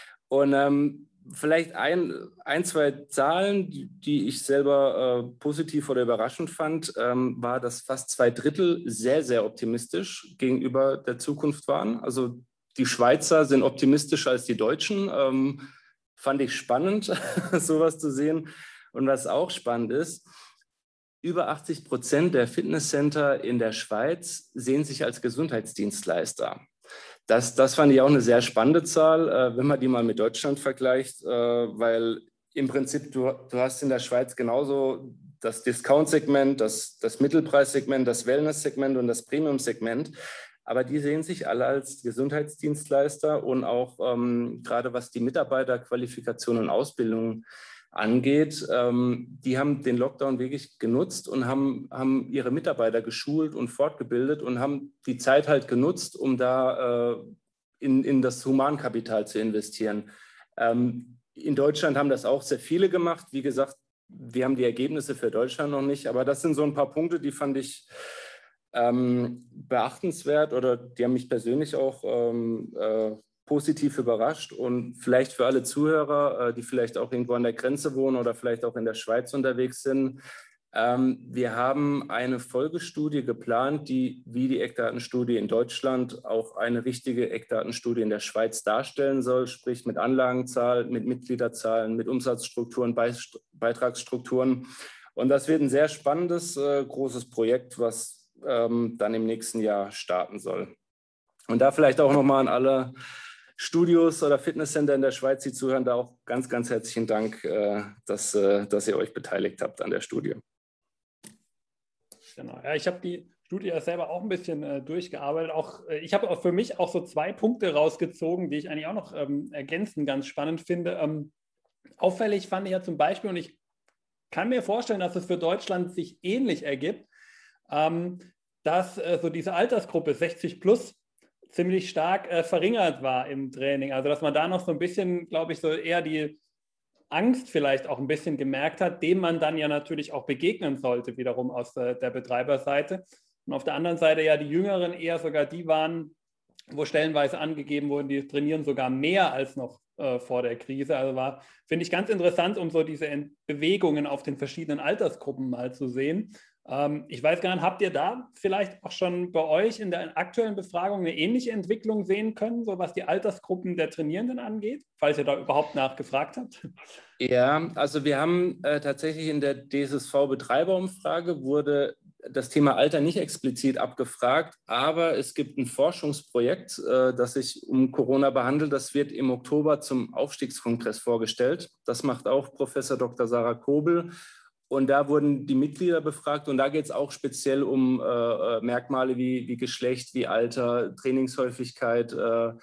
Und vielleicht zwei Zahlen, die ich selber positiv oder überraschend fand, war, dass fast 2/3 sehr, sehr optimistisch gegenüber der Zukunft waren. Also die Schweizer sind optimistischer als die Deutschen. Fand ich spannend, sowas zu sehen. Und was auch spannend ist, über 80% der Fitnesscenter in der Schweiz sehen sich als Gesundheitsdienstleister. Das fand ich auch eine sehr spannende Zahl, wenn man die mal mit Deutschland vergleicht, weil im Prinzip du hast in der Schweiz genauso das Discount-Segment, das Mittelpreissegment, das Wellness-Segment und das Premium-Segment. Aber die sehen sich alle als Gesundheitsdienstleister und auch gerade was die Mitarbeiterqualifikation und Ausbildung angeht, die haben den Lockdown wirklich genutzt und haben ihre Mitarbeiter geschult und fortgebildet und haben die Zeit halt genutzt, um da in das Humankapital zu investieren. In Deutschland haben das auch sehr viele gemacht. Wie gesagt, wir haben die Ergebnisse für Deutschland noch nicht, aber das sind so ein paar Punkte, die fand ich beachtenswert oder die haben mich persönlich auch positiv überrascht und vielleicht für alle Zuhörer, die vielleicht auch irgendwo an der Grenze wohnen oder vielleicht auch in der Schweiz unterwegs sind. Wir haben eine Folgestudie geplant, die wie die Eckdatenstudie in Deutschland auch eine wichtige Eckdatenstudie in der Schweiz darstellen soll, sprich mit Anlagenzahl, mit Mitgliederzahlen, mit Umsatzstrukturen, Beitragsstrukturen. Und das wird ein sehr spannendes, großes Projekt, was dann im nächsten Jahr starten soll. Und da vielleicht auch nochmal an alle Studios oder Fitnesscenter in der Schweiz, die zuhören, da auch ganz, ganz herzlichen Dank, dass ihr euch beteiligt habt an der Studie. Genau, ja, ich habe die Studie ja selber auch ein bisschen durchgearbeitet. Ich habe auch für mich auch so 2 Punkte rausgezogen, die ich eigentlich auch noch ergänzend ganz spannend finde. Auffällig fand ich ja zum Beispiel, und ich kann mir vorstellen, dass es für Deutschland sich ähnlich ergibt, dass so diese Altersgruppe 60 plus ziemlich stark verringert war im Training. Also dass man da noch so ein bisschen, glaube ich, so eher die Angst vielleicht auch ein bisschen gemerkt hat, dem man dann ja natürlich auch begegnen sollte, wiederum aus der Betreiberseite. Und auf der anderen Seite ja die Jüngeren eher sogar die waren, wo stellenweise angegeben wurden, die trainieren sogar mehr als noch vor der Krise. Also finde ich ganz interessant, um so diese Bewegungen auf den verschiedenen Altersgruppen mal zu sehen. Ich weiß gar nicht, habt ihr da vielleicht auch schon bei euch in der aktuellen Befragung eine ähnliche Entwicklung sehen können, so was die Altersgruppen der Trainierenden angeht, falls ihr da überhaupt nachgefragt habt? Ja, also wir haben tatsächlich in der DSSV-Betreiberumfrage wurde das Thema Alter nicht explizit abgefragt, aber es gibt ein Forschungsprojekt, das sich um Corona behandelt. Das wird im Oktober zum Aufstiegskongress vorgestellt. Das macht auch Professor Dr. Sarah Kobel. Und da wurden die Mitglieder befragt und da geht es auch speziell um Merkmale wie Geschlecht, wie Alter, Trainingshäufigkeit. Da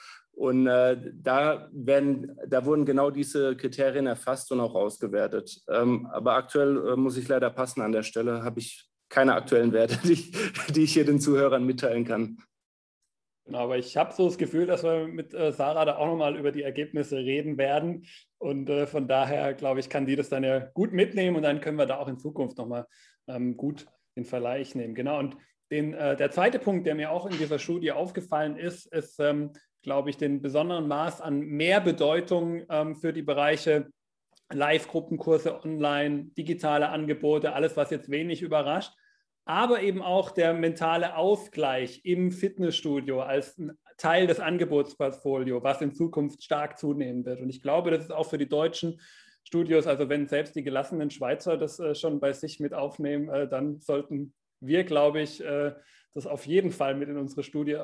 wurden genau diese Kriterien erfasst und auch ausgewertet. Aber aktuell muss ich leider passen an der Stelle, habe ich keine aktuellen Werte, die ich hier den Zuhörern mitteilen kann. Genau, aber ich habe so das Gefühl, dass wir mit Sarah da auch nochmal über die Ergebnisse reden werden. Und von daher, glaube ich, kann die das dann ja gut mitnehmen und dann können wir da auch in Zukunft nochmal gut den Vergleich nehmen. Genau, und der zweite Punkt, der mir auch in dieser Studie aufgefallen ist, glaube ich, den besonderen Maß an Mehrbedeutung für die Bereiche Live-Gruppenkurse online, digitale Angebote, alles, was jetzt wenig überrascht, aber eben auch der mentale Ausgleich im Fitnessstudio als ein Teil des Angebotsportfolios, was in Zukunft stark zunehmen wird. Und ich glaube, das ist auch für die deutschen Studios, also wenn selbst die gelassenen Schweizer das schon bei sich mit aufnehmen, dann sollten wir, glaube ich, das auf jeden Fall mit in unsere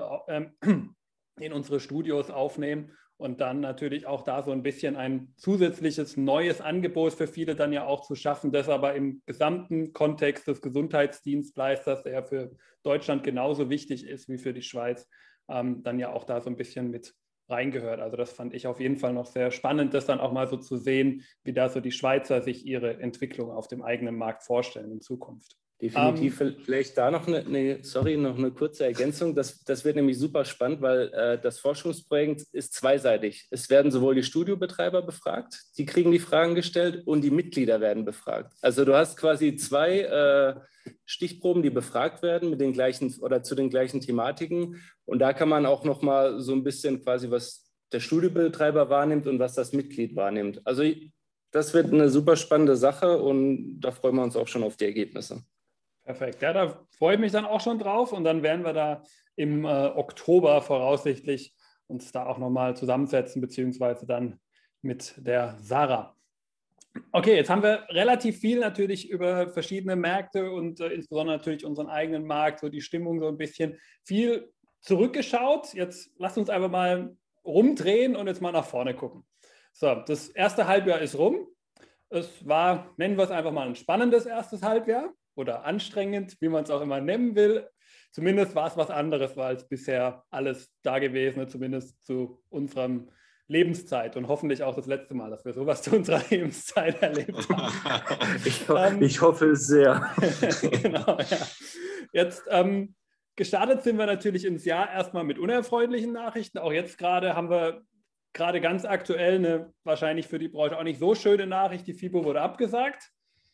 Studios aufnehmen und dann natürlich auch da so ein bisschen ein zusätzliches neues Angebot für viele dann ja auch zu schaffen, das aber im gesamten Kontext des Gesundheitsdienstleisters, der für Deutschland genauso wichtig ist wie für die Schweiz, dann ja auch da so ein bisschen mit reingehört. Also das fand ich auf jeden Fall noch sehr spannend, das dann auch mal so zu sehen, wie da so die Schweizer sich ihre Entwicklung auf dem eigenen Markt vorstellen in Zukunft. Definitiv. Vielleicht da noch eine kurze Ergänzung. Das wird nämlich super spannend, weil das Forschungsprojekt ist zweiseitig. Es werden sowohl die Studiobetreiber befragt, die kriegen die Fragen gestellt, und die Mitglieder werden befragt. Also du hast quasi zwei Stichproben, die befragt werden mit den gleichen oder zu den gleichen Thematiken. Und da kann man auch noch mal so ein bisschen quasi, was der Studiobetreiber wahrnimmt und was das Mitglied wahrnimmt. Also das wird eine super spannende Sache und da freuen wir uns auch schon auf die Ergebnisse. Perfekt, ja, da freue ich mich dann auch schon drauf und dann werden wir da im Oktober voraussichtlich uns da auch nochmal zusammensetzen, beziehungsweise dann mit der Sarah. Okay, jetzt haben wir relativ viel natürlich über verschiedene Märkte und insbesondere natürlich unseren eigenen Markt, so die Stimmung so ein bisschen viel zurückgeschaut. Jetzt lasst uns einfach mal rumdrehen und jetzt mal nach vorne gucken. So, das erste Halbjahr ist rum. Es war, nennen wir es einfach mal, ein spannendes erstes Halbjahr oder anstrengend, wie man es auch immer nennen will. Zumindest war es was anderes, war als bisher alles Dagewesene, zumindest zu unserem Lebenszeit und hoffentlich auch das letzte Mal, dass wir sowas zu unserer Lebenszeit erlebt haben. Ich hoffe es sehr. Genau, ja. Jetzt gestartet sind wir natürlich ins Jahr erstmal mit unerfreulichen Nachrichten. Auch jetzt gerade haben wir ganz aktuell eine wahrscheinlich für die Branche auch nicht so schöne Nachricht. Die FIBO wurde abgesagt.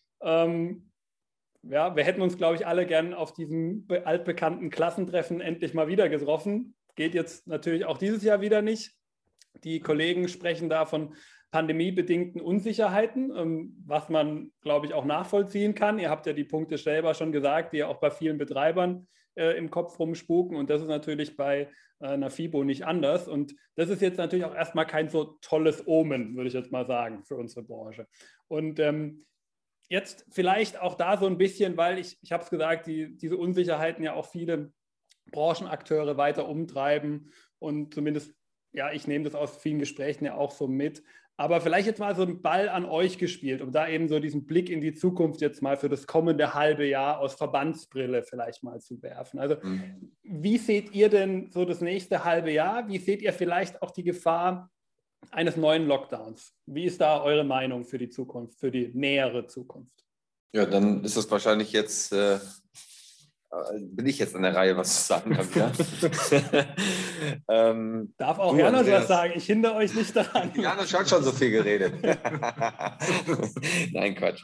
Ja, wir hätten uns, glaube ich, alle gern auf diesem altbekannten Klassentreffen endlich mal wieder getroffen. Geht jetzt natürlich auch dieses Jahr wieder nicht. Die Kollegen sprechen da von pandemiebedingten Unsicherheiten, was man, glaube ich, auch nachvollziehen kann. Ihr habt ja die Punkte selber schon gesagt, die ja auch bei vielen Betreibern im Kopf rumspuken. Und das ist natürlich bei einer FIBO nicht anders. Und das ist jetzt natürlich auch erstmal kein so tolles Omen, würde ich jetzt mal sagen, für unsere Branche. Und jetzt vielleicht auch da so ein bisschen, weil ich habe es gesagt, diese Unsicherheiten ja auch viele Branchenakteure weiter umtreiben und zumindest, ja, ich nehme das aus vielen Gesprächen ja auch so mit. Aber vielleicht jetzt mal so einen Ball an euch gespielt, um da eben so diesen Blick in die Zukunft jetzt mal für das kommende halbe Jahr aus Verbandsbrille vielleicht mal zu werfen. Also wie seht ihr denn so das nächste halbe Jahr? Wie seht ihr vielleicht auch die Gefahr eines neuen Lockdowns? Wie ist da eure Meinung für die Zukunft, für die nähere Zukunft? Ja, dann ist es wahrscheinlich jetzt, bin ich jetzt an der Reihe, was zu sagen habe. Ja? Darf auch Janos was sagen, ich hindere euch nicht daran. Janos hat schon so viel geredet. Nein, Quatsch.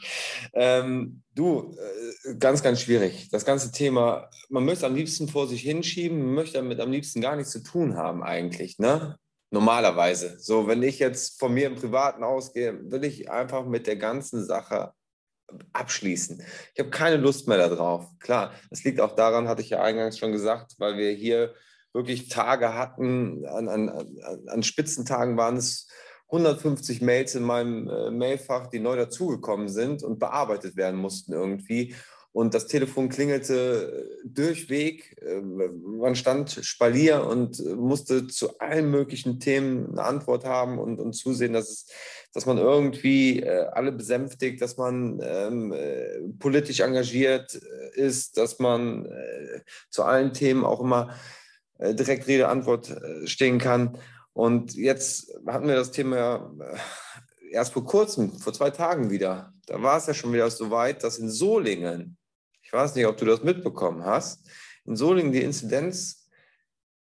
Ganz, ganz schwierig. Das ganze Thema, man möchte am liebsten vor sich hinschieben, man möchte damit am liebsten gar nichts zu tun haben eigentlich, ne? Normalerweise. So, wenn ich jetzt von mir im Privaten ausgehe, will ich einfach mit der ganzen Sache abschließen. Ich habe keine Lust mehr darauf. Klar, das liegt auch daran, hatte ich ja eingangs schon gesagt, weil wir hier wirklich Tage hatten, an Spitzentagen waren es 150 Mails in meinem Mailfach, die neu dazugekommen sind und bearbeitet werden mussten irgendwie. Und das Telefon klingelte durchweg, man stand Spalier und musste zu allen möglichen Themen eine Antwort haben und zusehen, dass man irgendwie alle besänftigt, dass man politisch engagiert ist, dass man zu allen Themen auch immer direkt Rede, Antwort stehen kann. Und jetzt hatten wir das Thema erst vor kurzem, vor 2 Tagen wieder. Da war es ja schon wieder so weit, dass in Solingen, ich weiß nicht, ob du das mitbekommen hast, in Solingen die Inzidenz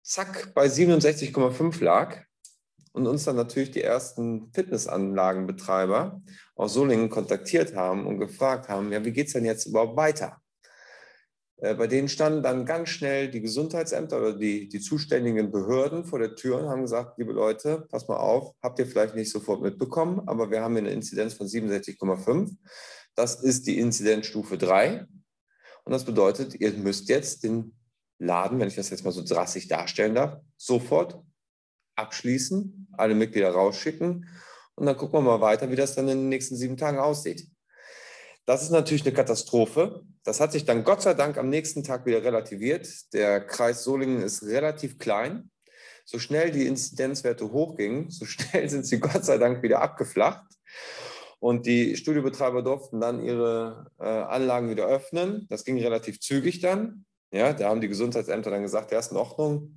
zack bei 67,5 lag und uns dann natürlich die ersten Fitnessanlagenbetreiber aus Solingen kontaktiert haben und gefragt haben, ja, wie geht es denn jetzt überhaupt weiter? Bei denen standen dann ganz schnell die Gesundheitsämter oder die zuständigen Behörden vor der Tür und haben gesagt, liebe Leute, pass mal auf, habt ihr vielleicht nicht sofort mitbekommen, aber wir haben hier eine Inzidenz von 67,5. Das ist die Inzidenzstufe 3. Und das bedeutet, ihr müsst jetzt den Laden, wenn ich das jetzt mal so drastisch darstellen darf, sofort abschließen, alle Mitglieder rausschicken und dann gucken wir mal weiter, wie das dann in den nächsten 7 Tagen aussieht. Das ist natürlich eine Katastrophe. Das hat sich dann Gott sei Dank am nächsten Tag wieder relativiert. Der Kreis Solingen ist relativ klein. So schnell die Inzidenzwerte hochgingen, so schnell sind sie Gott sei Dank wieder abgeflacht. Und die Studiobetreiber durften dann ihre Anlagen wieder öffnen. Das ging relativ zügig dann. Ja, da haben die Gesundheitsämter dann gesagt, ja, ist in Ordnung,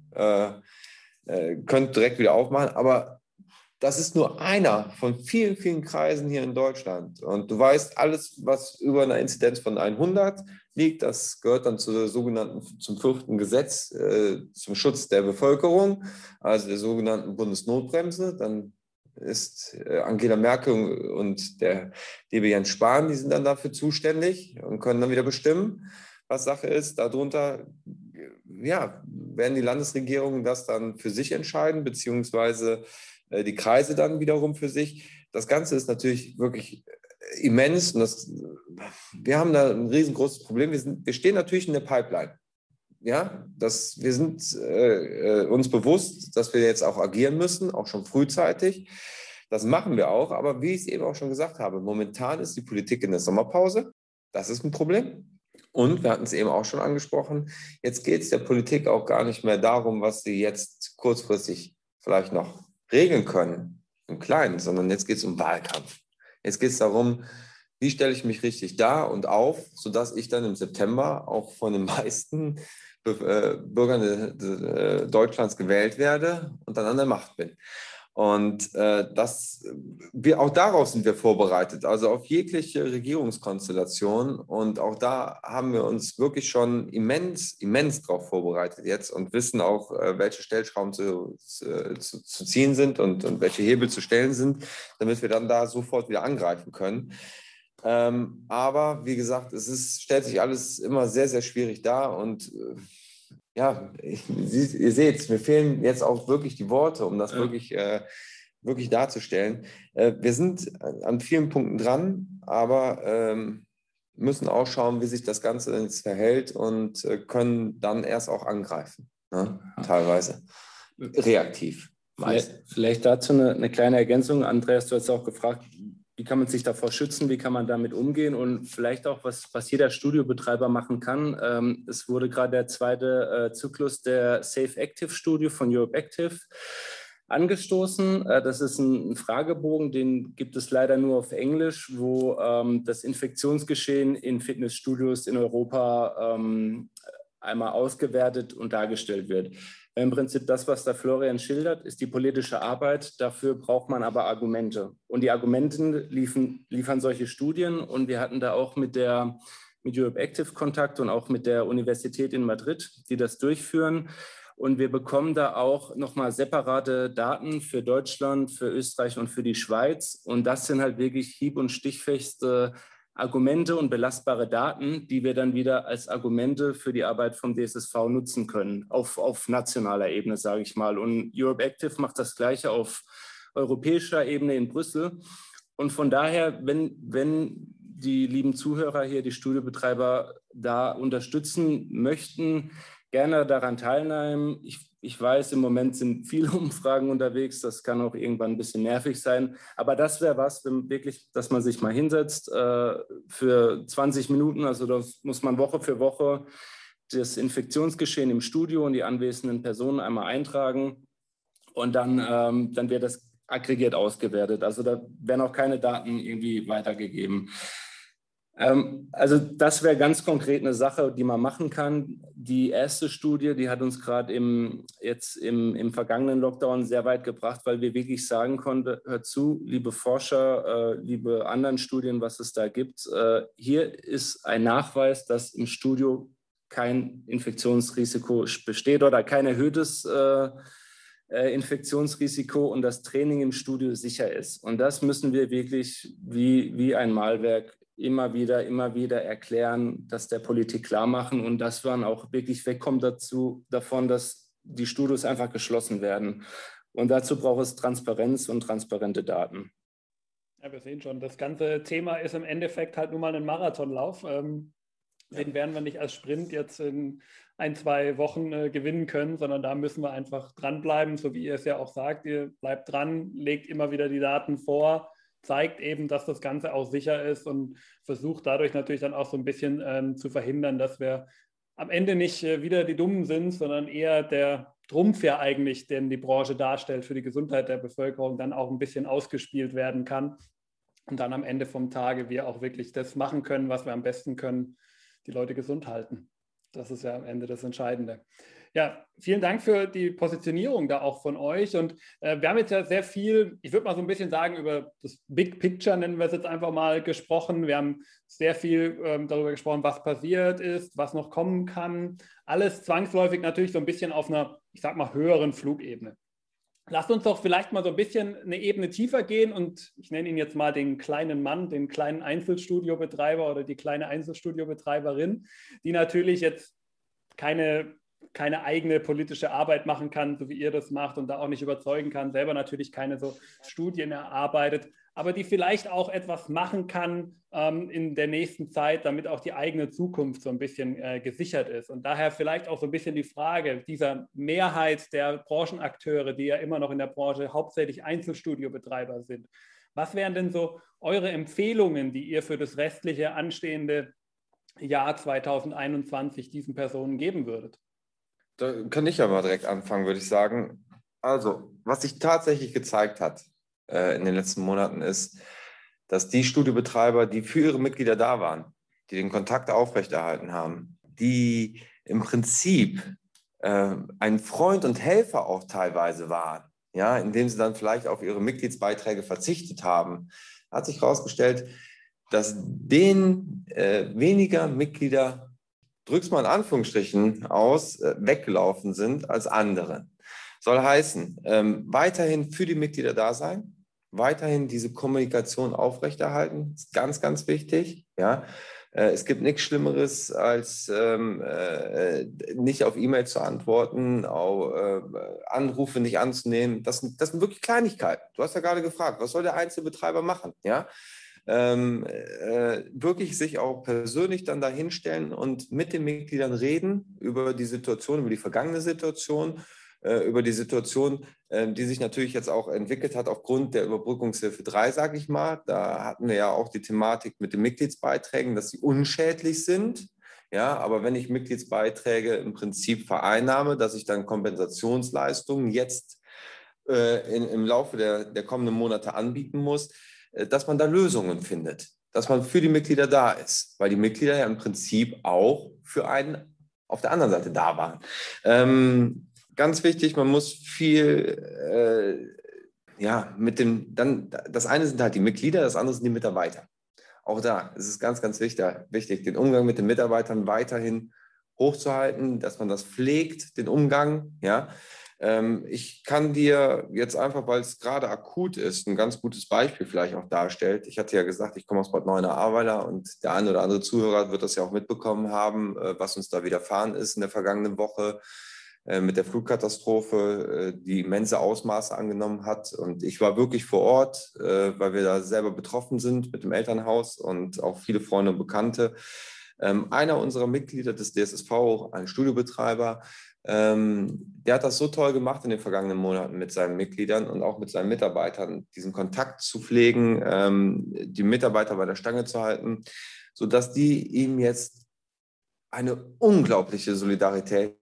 könnt direkt wieder aufmachen. Aber das ist nur einer von vielen, vielen Kreisen hier in Deutschland. Und du weißt, alles, was über einer Inzidenz von 100 liegt, das gehört dann zum 4. Gesetz zum Schutz der Bevölkerung, also der sogenannten Bundesnotbremse. Dann ist Angela Merkel und der liebe Jens Spahn, die sind dann dafür zuständig und können dann wieder bestimmen, was Sache ist. Darunter ja, werden die Landesregierungen das dann für sich entscheiden, beziehungsweise die Kreise dann wiederum für sich. Das Ganze ist natürlich wirklich immens und wir haben da ein riesengroßes Problem. Wir stehen natürlich in der Pipeline. Ja, wir sind uns bewusst, dass wir jetzt auch agieren müssen, auch schon frühzeitig. Das machen wir auch, aber wie ich es eben auch schon gesagt habe, momentan ist die Politik in der Sommerpause. Das ist ein Problem. Und wir hatten es eben auch schon angesprochen, jetzt geht es der Politik auch gar nicht mehr darum, was sie jetzt kurzfristig vielleicht noch regeln können, im Kleinen, sondern jetzt geht es um Wahlkampf. Jetzt geht es darum, wie stelle ich mich richtig dar und auf, sodass ich dann im September auch von den meisten Bürgern Deutschlands gewählt werde und dann an der Macht bin. Und auch darauf sind wir vorbereitet, also auf jegliche Regierungskonstellation. Und auch da haben wir uns wirklich schon immens darauf vorbereitet jetzt und wissen auch, welche Stellschrauben zu ziehen sind und welche Hebel zu stellen sind, damit wir dann da sofort wieder angreifen können. Aber wie gesagt, stellt sich alles immer sehr, sehr schwierig dar und ja, ihr seht, mir fehlen jetzt auch wirklich die Worte, um das wirklich darzustellen. Wir sind an vielen Punkten dran, aber müssen auch schauen, wie sich das Ganze jetzt verhält und können dann erst auch angreifen, ne? Teilweise reaktiv. Vielleicht dazu eine kleine Ergänzung. Andreas, du hast auch gefragt, wie kann man sich davor schützen, wie kann man damit umgehen und vielleicht auch, was jeder Studiobetreiber machen kann. Es wurde gerade der 2. Zyklus der Safe Active Studie von Europe Active angestoßen. Das ist ein Fragebogen, den gibt es leider nur auf Englisch, wo das Infektionsgeschehen in Fitnessstudios in Europa einmal ausgewertet und dargestellt wird. Im Prinzip das, was da Florian schildert, ist die politische Arbeit. Dafür braucht man aber Argumente. Und die Argumente liefern solche Studien. Und wir hatten da auch mit Europe Active Kontakt und auch mit der Universität in Madrid, die das durchführen. Und wir bekommen da auch nochmal separate Daten für Deutschland, für Österreich und für die Schweiz. Und das sind halt wirklich hieb- und stichfeste Argumente und belastbare Daten, die wir dann wieder als Argumente für die Arbeit vom DSSV nutzen können, auf nationaler Ebene, sage ich mal. Und Europe Active macht das Gleiche auf europäischer Ebene in Brüssel. Und von daher, wenn die lieben Zuhörer hier, die Studiobetreiber da unterstützen möchten, gerne daran teilnehmen. Ich weiß, im Moment sind viele Umfragen unterwegs, das kann auch irgendwann ein bisschen nervig sein, aber das wäre was, wenn wirklich, dass man sich mal hinsetzt für 20 Minuten, also das muss man Woche für Woche das Infektionsgeschehen im Studio und die anwesenden Personen einmal eintragen und dann wird das aggregiert ausgewertet, also da werden auch keine Daten irgendwie weitergegeben. Also das wäre ganz konkret eine Sache, die man machen kann. Die erste Studie, die hat uns gerade im vergangenen Lockdown sehr weit gebracht, weil wir wirklich sagen konnten, hört zu, liebe Forscher, liebe anderen Studien, was es da gibt. Hier ist ein Nachweis, dass im Studio kein Infektionsrisiko besteht oder kein erhöhtes Infektionsrisiko und das Training im Studio sicher ist. Und das müssen wir wirklich wie ein Mahlwerk immer wieder erklären, das der Politik klar machen und dass man auch wirklich wegkommt davon, dass die Studios einfach geschlossen werden. Und dazu braucht es Transparenz und transparente Daten. Ja, wir sehen schon, das ganze Thema ist im Endeffekt halt nur mal ein Marathonlauf. Den werden wir nicht als Sprint jetzt in 1-2 Wochen gewinnen können, sondern da müssen wir einfach dranbleiben, so wie ihr es ja auch sagt. Ihr bleibt dran, legt immer wieder die Daten vor, zeigt eben, dass das Ganze auch sicher ist und versucht dadurch natürlich dann auch so ein bisschen zu verhindern, dass wir am Ende nicht wieder die Dummen sind, sondern eher der Trumpf ja eigentlich, den die Branche darstellt für die Gesundheit der Bevölkerung, dann auch ein bisschen ausgespielt werden kann und dann am Ende vom Tage wir auch wirklich das machen können, was wir am besten können, die Leute gesund halten. Das ist ja am Ende das Entscheidende. Ja, vielen Dank für die Positionierung da auch von euch. Und wir haben jetzt ja sehr viel, ich würde mal so ein bisschen sagen, über das Big Picture, nennen wir es jetzt einfach mal, gesprochen. Wir haben sehr viel darüber gesprochen, was passiert ist, was noch kommen kann. Alles zwangsläufig natürlich so ein bisschen auf einer, ich sag mal, höheren Flugebene. Lasst uns doch vielleicht mal so ein bisschen eine Ebene tiefer gehen und ich nenne ihn jetzt mal den kleinen Mann, den kleinen Einzelstudiobetreiber oder die kleine Einzelstudiobetreiberin, die natürlich jetzt keine eigene politische Arbeit machen kann, so wie ihr das macht und da auch nicht überzeugen kann, selber natürlich keine so Studien erarbeitet, aber die vielleicht auch etwas machen kann in der nächsten Zeit, damit auch die eigene Zukunft so ein bisschen gesichert ist. Und daher vielleicht auch so ein bisschen die Frage dieser Mehrheit der Branchenakteure, die ja immer noch in der Branche hauptsächlich Einzelstudiobetreiber sind. Was wären denn so eure Empfehlungen, die ihr für das restliche anstehende Jahr 2021 diesen Personen geben würdet? Da kann ich ja mal direkt anfangen, würde ich sagen. Also, was sich tatsächlich gezeigt hat in den letzten Monaten ist, dass die Studiobetreiber, die für ihre Mitglieder da waren, die den Kontakt aufrechterhalten haben, die im Prinzip ein Freund und Helfer auch teilweise waren, ja, indem sie dann vielleicht auf ihre Mitgliedsbeiträge verzichtet haben, hat sich herausgestellt, dass denen weniger Mitglieder, drück's mal in Anführungsstrichen aus, weggelaufen sind als andere. Soll heißen, weiterhin für die Mitglieder da sein, weiterhin diese Kommunikation aufrechterhalten, ist ganz, ganz wichtig. Ja? Es gibt nichts Schlimmeres, als nicht auf E-Mails zu antworten, Anrufe nicht anzunehmen. Das sind wirklich Kleinigkeiten. Du hast ja gerade gefragt, was soll der Einzelbetreiber machen? Ja? Wirklich sich auch persönlich dann dahinstellen und mit den Mitgliedern reden über die Situation, über die vergangene Situation, über die Situation, die sich natürlich jetzt auch entwickelt hat aufgrund der Überbrückungshilfe 3, sage ich mal. Da hatten wir ja auch die Thematik mit den Mitgliedsbeiträgen, dass sie unschädlich sind. Ja, aber wenn ich Mitgliedsbeiträge im Prinzip vereinnahme, dass ich dann Kompensationsleistungen jetzt im Laufe der kommenden Monate anbieten muss, dass man da Lösungen findet, dass man für die Mitglieder da ist, weil die Mitglieder ja im Prinzip auch für einen auf der anderen Seite da waren. Ganz wichtig, man muss viel, das eine sind halt die Mitglieder, das andere sind die Mitarbeiter. Auch da ist es ganz, ganz wichtig, den Umgang mit den Mitarbeitern weiterhin hochzuhalten, dass man das pflegt, den Umgang, ja. Ich kann dir jetzt einfach, weil es gerade akut ist, ein ganz gutes Beispiel vielleicht auch darstellt. Ich hatte ja gesagt, ich komme aus Bad Neuenahr-Ahrweiler und der eine oder andere Zuhörer wird das ja auch mitbekommen haben, was uns da widerfahren ist in der vergangenen Woche mit der Flutkatastrophe, die immense Ausmaße angenommen hat. Und ich war wirklich vor Ort, weil wir da selber betroffen sind mit dem Elternhaus und auch viele Freunde und Bekannte. Einer unserer Mitglieder des DSSV, ein Studiobetreiber, der hat das so toll gemacht in den vergangenen Monaten mit seinen Mitgliedern und auch mit seinen Mitarbeitern, diesen Kontakt zu pflegen, die Mitarbeiter bei der Stange zu halten, sodass die ihm jetzt eine unglaubliche Solidarität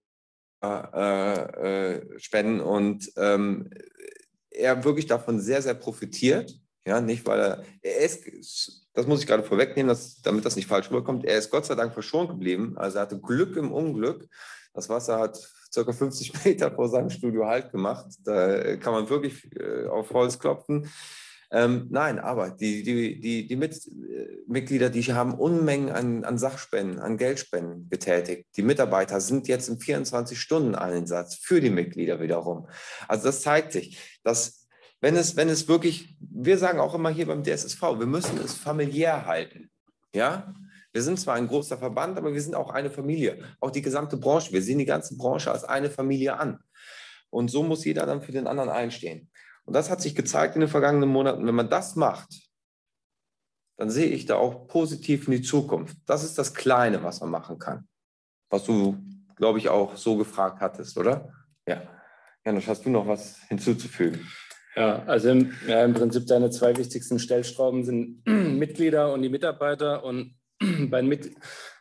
spenden und er wirklich davon sehr, sehr profitiert. Ja, nicht, weil er ist, das muss ich gerade vorwegnehmen, damit das nicht falsch rüberkommt, er ist Gott sei Dank verschont geblieben. Also er hatte Glück im Unglück. Das Wasser hat ca. 50 Meter vor seinem Studio Halt gemacht. Da kann man wirklich auf Holz klopfen. Nein, aber die Mitglieder, die haben Unmengen an Sachspenden, an Geldspenden getätigt. Die Mitarbeiter sind jetzt im 24-Stunden-Einsatz für die Mitglieder wiederum. Also das zeigt sich, dass wenn es wirklich, wir sagen auch immer hier beim DSSV, wir müssen es familiär halten. Ja? Wir sind zwar ein großer Verband, aber wir sind auch eine Familie. Auch die gesamte Branche. Wir sehen die ganze Branche als eine Familie an. Und so muss jeder dann für den anderen einstehen. Und das hat sich gezeigt in den vergangenen Monaten. Wenn man das macht, dann sehe ich da auch positiv in die Zukunft. Das ist das Kleine, was man machen kann. Was du, glaube ich, auch so gefragt hattest, oder? Ja. Janusz, hast du noch was hinzuzufügen? Ja, also im Prinzip deine zwei wichtigsten Stellschrauben sind Mitglieder und die Mitarbeiter. Und bei den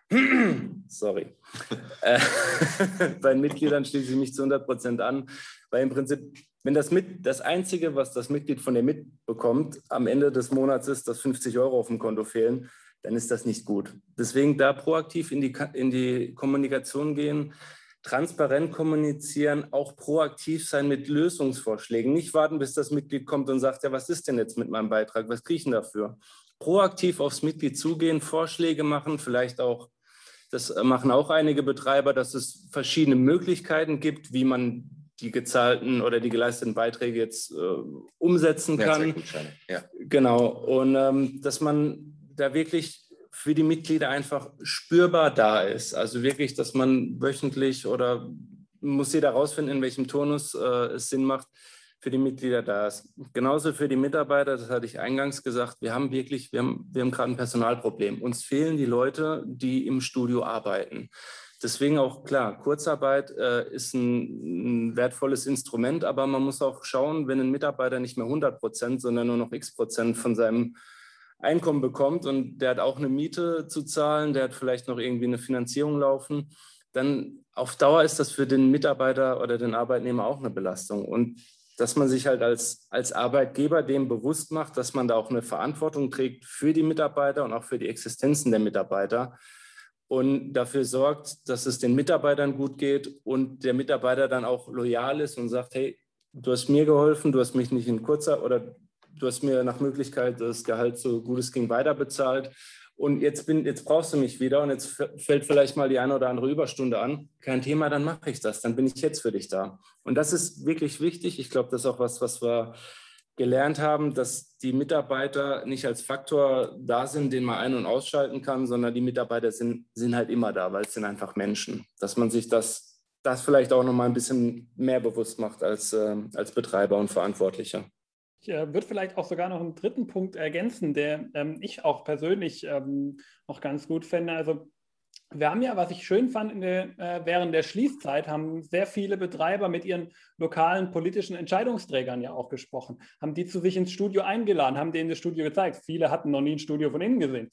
bei den Mitgliedern schließe ich mich zu 100% an, weil im Prinzip, wenn das Einzige, was das Mitglied von dir mitbekommt, am Ende des Monats ist, dass 50 € auf dem Konto fehlen, dann ist das nicht gut. Deswegen da proaktiv in die Kommunikation gehen, transparent kommunizieren, auch proaktiv sein mit Lösungsvorschlägen. Nicht warten, bis das Mitglied kommt und sagt, ja, was ist denn jetzt mit meinem Beitrag? Was kriege ich denn dafür? Proaktiv aufs Mitglied zugehen, Vorschläge machen, vielleicht auch, das machen auch einige Betreiber, dass es verschiedene Möglichkeiten gibt, wie man die gezahlten oder die geleisteten Beiträge jetzt umsetzen kann. Ja. Genau. Und dass man da wirklich für die Mitglieder einfach spürbar da ist. Also wirklich, dass man wöchentlich oder muss jeder rausfinden, in welchem Turnus es Sinn macht, für die Mitglieder da ist. Genauso für die Mitarbeiter, das hatte ich eingangs gesagt, wir haben gerade ein Personalproblem. Uns fehlen die Leute, die im Studio arbeiten. Deswegen auch klar, Kurzarbeit ist ein wertvolles Instrument, aber man muss auch schauen, wenn ein Mitarbeiter nicht mehr 100%, sondern nur noch x% von seinem Einkommen bekommt und der hat auch eine Miete zu zahlen, der hat vielleicht noch irgendwie eine Finanzierung laufen, dann auf Dauer ist das für den Mitarbeiter oder den Arbeitnehmer auch eine Belastung. Und dass man sich halt als Arbeitgeber dem bewusst macht, dass man da auch eine Verantwortung trägt für die Mitarbeiter und auch für die Existenzen der Mitarbeiter und dafür sorgt, dass es den Mitarbeitern gut geht und der Mitarbeiter dann auch loyal ist und sagt, hey, du hast mir geholfen, du hast mich nicht in kurzer oder du hast mir nach Möglichkeit das Gehalt so gut es ging weiter bezahlt und jetzt brauchst du mich wieder und jetzt fällt vielleicht mal die eine oder andere Überstunde an. Kein Thema, dann mache ich das, dann bin ich jetzt für dich da. Und das ist wirklich wichtig. Ich glaube, das ist auch was wir gelernt haben, dass die Mitarbeiter nicht als Faktor da sind, den man ein- und ausschalten kann, sondern die Mitarbeiter sind halt immer da, weil es sind einfach Menschen. Dass man sich das vielleicht auch noch mal ein bisschen mehr bewusst macht als Betreiber und Verantwortlicher. Ich würde vielleicht auch sogar noch einen dritten Punkt ergänzen, der ich auch persönlich noch ganz gut fände. Also wir haben ja, was ich schön fand, während der Schließzeit haben sehr viele Betreiber mit ihren lokalen politischen Entscheidungsträgern ja auch gesprochen, haben die zu sich ins Studio eingeladen, haben denen das Studio gezeigt. Viele hatten noch nie ein Studio von innen gesehen.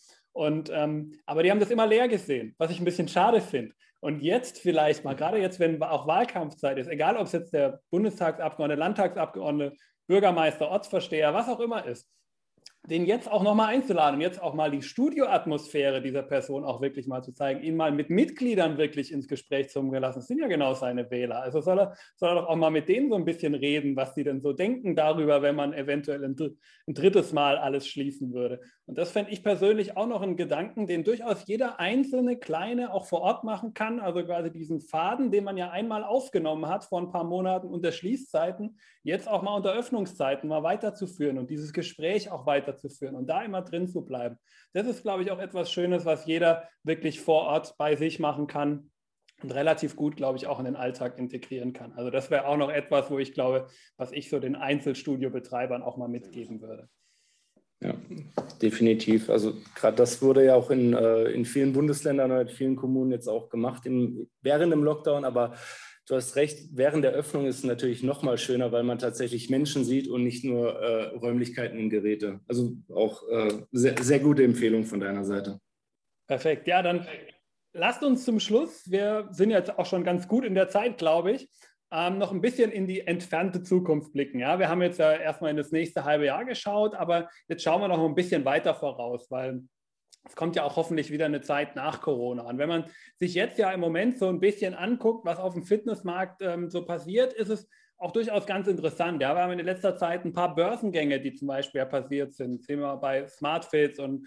Aber die haben das immer leer gesehen, was ich ein bisschen schade finde. Und jetzt vielleicht mal, gerade jetzt, wenn auch Wahlkampfzeit ist, egal ob es jetzt der Bundestagsabgeordnete, Landtagsabgeordnete, Bürgermeister, Ortsvorsteher, was auch immer ist, den jetzt auch nochmal einzuladen und jetzt auch mal die Studioatmosphäre dieser Person auch wirklich mal zu zeigen, ihn mal mit Mitgliedern wirklich ins Gespräch zu lassen. Das sind ja genau seine Wähler. Also soll er doch auch mal mit denen so ein bisschen reden, was die denn so denken darüber, wenn man eventuell ein drittes Mal alles schließen würde. Und das fände ich persönlich auch noch einen Gedanken, den durchaus jeder einzelne Kleine auch vor Ort machen kann. Also quasi diesen Faden, den man ja einmal aufgenommen hat vor ein paar Monaten unter Schließzeiten, jetzt auch mal unter Öffnungszeiten mal weiterzuführen und dieses Gespräch auch weiterzuführen und da immer drin zu bleiben. Das ist, glaube ich, auch etwas Schönes, was jeder wirklich vor Ort bei sich machen kann und relativ gut, glaube ich, auch in den Alltag integrieren kann. Also das wäre auch noch etwas, wo ich glaube, was ich so den Einzelstudiobetreibern auch mal mitgeben würde. Ja, definitiv. Also gerade das wurde ja auch in vielen Bundesländern oder in vielen Kommunen jetzt auch gemacht während dem Lockdown, aber du hast recht, während der Öffnung ist es natürlich noch mal schöner, weil man tatsächlich Menschen sieht und nicht nur Räumlichkeiten und Geräte. Also auch sehr, sehr gute Empfehlung von deiner Seite. Perfekt. Ja, dann lasst uns zum Schluss, wir sind jetzt auch schon ganz gut in der Zeit, glaube ich, noch ein bisschen in die entfernte Zukunft blicken. Ja, wir haben jetzt ja erstmal in das nächste halbe Jahr geschaut, aber jetzt schauen wir noch ein bisschen weiter voraus, weil es kommt ja auch hoffentlich wieder eine Zeit nach Corona. Und wenn man sich jetzt ja im Moment so ein bisschen anguckt, was auf dem Fitnessmarkt so passiert, ist es auch durchaus ganz interessant. Ja, wir haben in letzter Zeit ein paar Börsengänge, die zum Beispiel ja passiert sind. Sehen wir bei SmartFits und